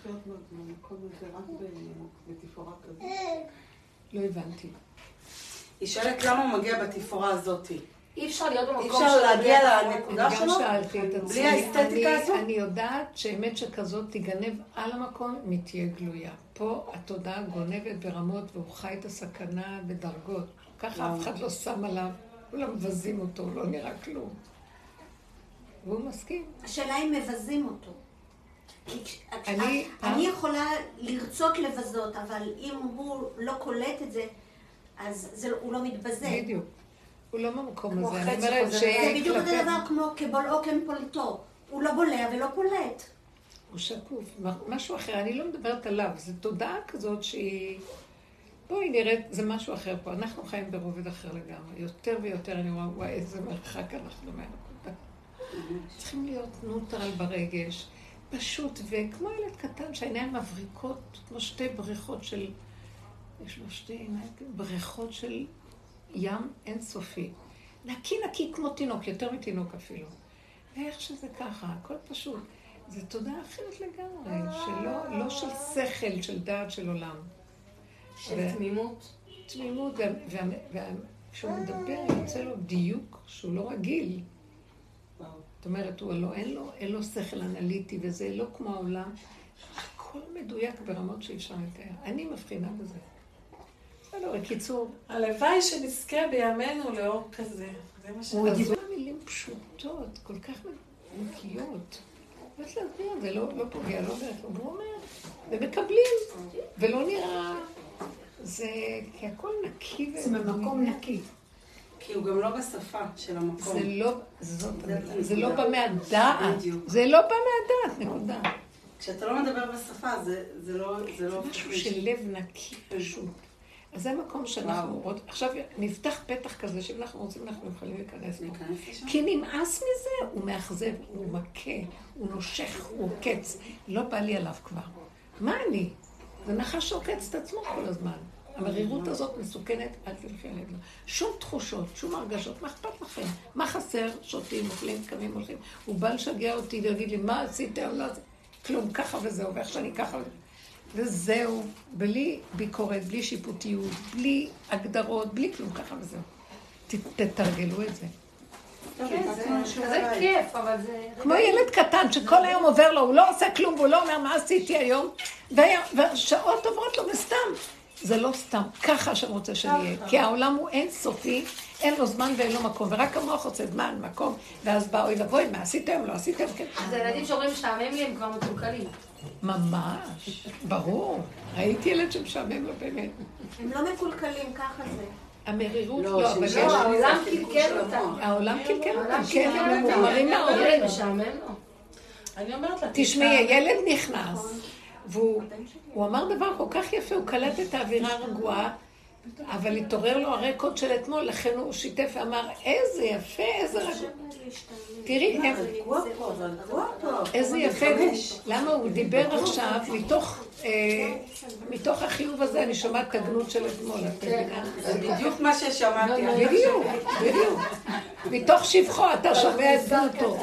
לא הבנתי. היא שואלת למה הוא מגיע בתפאורה הזאת. אי אפשר להיות במקום של... אי אפשר להגיע לנקודה שלו? גם שאלתי את עצמי. בלי האסתטיקה הזו? אני יודעת שאמת שכזאת תיגנב על המקום, מתהיה גלויה. פה התודעה גונבת ברמות, והוא חי את הסכנה בדרגות. ככה אף אחד לא שם עליו, כולם מבזים אותו, לא נראה כלום. והוא מסכים. השאלה אם מבזים אותו. אני, אני יכולה לרצות לבזות, אבל אם הוא לא קולט את זה, אז זה, הוא לא מתבזה. בדיוק. הוא לא במקום הזה. אני אומרת ש... זה בדיוק אותו דבר כמו כבולעו כמפולטו. הוא לא בולע ולא פולט. הוא שקוף. משהו אחר. אני לא מדברת עליו. זו תודעה כזאת שהיא... בואי נראית, זה משהו אחר פה. אנחנו חיים ברובד אחר לגמרי. יותר ויותר אני רואה, וואי, איזה מרחק אנחנו מהנקודה. צריכים להיות נוטרל ברגש. פשוט, וכמו ילד קטן שהעיניים מבריקות, כמו שתי בריכות של... יש לו שתי עיניים, בריכות של ים אינסופי. נקי נקי כמו תינוק, יותר מתינוק אפילו. ואיך שזה ככה, הכל פשוט. זו תודעה אחרת לגמרי, שלא, לא של שכל, של דעת של עולם. של ו... תמימות. תמימות, וכשהוא מדבר, יוצא לו דיוק שהוא לא רגיל. זאת אומרת, הוא לא, אין לו, אין לו שכל אנליטי וזה, לא כמו העולם. הכל מדויק ברמות שאי אפשר לתאר. אני מבחינה בזה. לא, בקיצור. הלוואי שנזכה בימינו לאור כזה. זה מה שאני... הוא דיבר מילים פשוטות, כל כך נקיות. ואת להסביר, זה לא, לא פוגע, לא דרך. הוא אומר, ומקבלים, ולא נראה. זה, כי הכל נקי זה במקום נקי. כי הוא גם לא בשפה של המקום. זה לא, זאת המילה, זה לא בא מהדעת. זה לא בא מהדעת, נקודה. כשאתה לא מדבר בשפה, זה לא... זה משהו של לב נקי פשוט. אז זה המקום שאנחנו עוד... עכשיו נפתח פתח כזה, שאם אנחנו רוצים, אנחנו יכולים להיכנס פה. כי נמאס מזה, הוא מאכזב, הוא מכה, הוא נושך, הוא עוקץ. לא בא לי עליו כבר. מה אני? זה נחש שעוקץ את עצמו כל הזמן. המרירות הזאת מסוכנת, אל תלכי עליו. שום תחושות, שום הרגשות, מה אכפת לכם? מה חסר? שותים, אוכלים, קמים, הולכים. הוא בא לשגע אותי ויגיד לי, מה עשיתם? לא עשיתם? כלום, ככה וזהו, ואיך שאני ככה וזהו, בלי ביקורת, בלי שיפוטיות, בלי הגדרות, בלי כלום, ככה וזהו. תתרגלו את זה. זה כיף, אבל זה... כמו ילד קטן שכל היום עובר לו, הוא לא עושה כלום, והוא לא אומר מה עשיתי היום, והשעות עוברות לו בסתם. זה לא סתם, ככה שאני רוצה שנהיה, כי העולם הוא אין סופי, אין לו זמן ואין לו מקום, ורק המוח רוצה זמן, מקום, ואז בא, אוי ובואי, מה עשיתם? לא עשיתם? אז הילדים שאומרים משעמם לי, הם כבר מקולקלים. ממש, ברור. ראיתי ילד שמשעמם לו באמת. הם לא מקולקלים, ככה זה. המרירות לא, אבל יש... העולם קלקל אותם. העולם קלקל אותם, כן, הם מומרים מהעולם. ילד משעמם לו. אני אומרת לה, תשמעי, הילד נכנס, והוא אמר דבר כל כך יפה, הוא קלט את האווירה הרגועה, אבל התעורר לו הרקוד של אתמול, לכן הוא שיתף ואמר, איזה יפה, איזה רגוע. תראי, איזה יפה, למה הוא דיבר עכשיו, מתוך החיוב הזה, אני שומעת את הגנות של אתמול. זה בדיוק מה ששמעתי. בדיוק, בדיוק. מתוך שבחו אתה שומע את גנותו.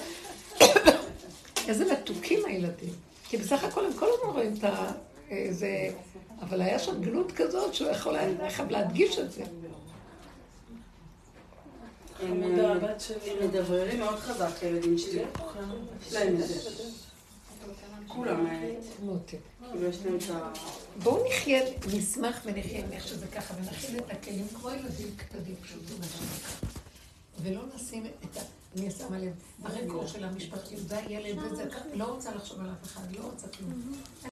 איזה מתוקים הילדים. כי בסך הכל הם כל הזמן רואים את זה, אבל היה שם גנות כזאת שהוא יכול להדגיש את זה. הם מדבררים מאוד חזק, הילדים שלי. יש להם את זה. כולם האמת. בואו נחיה, נשמח ונחיה איך שזה ככה, ונכין את הכלים כמו ילדים קטנים פשוטים. ולא נשים את ה... אני שמה לב, הרקורד של המשפחתיות, זה הילד וזה, לא רוצה לחשוב על אף אחד, לא רוצה כלום.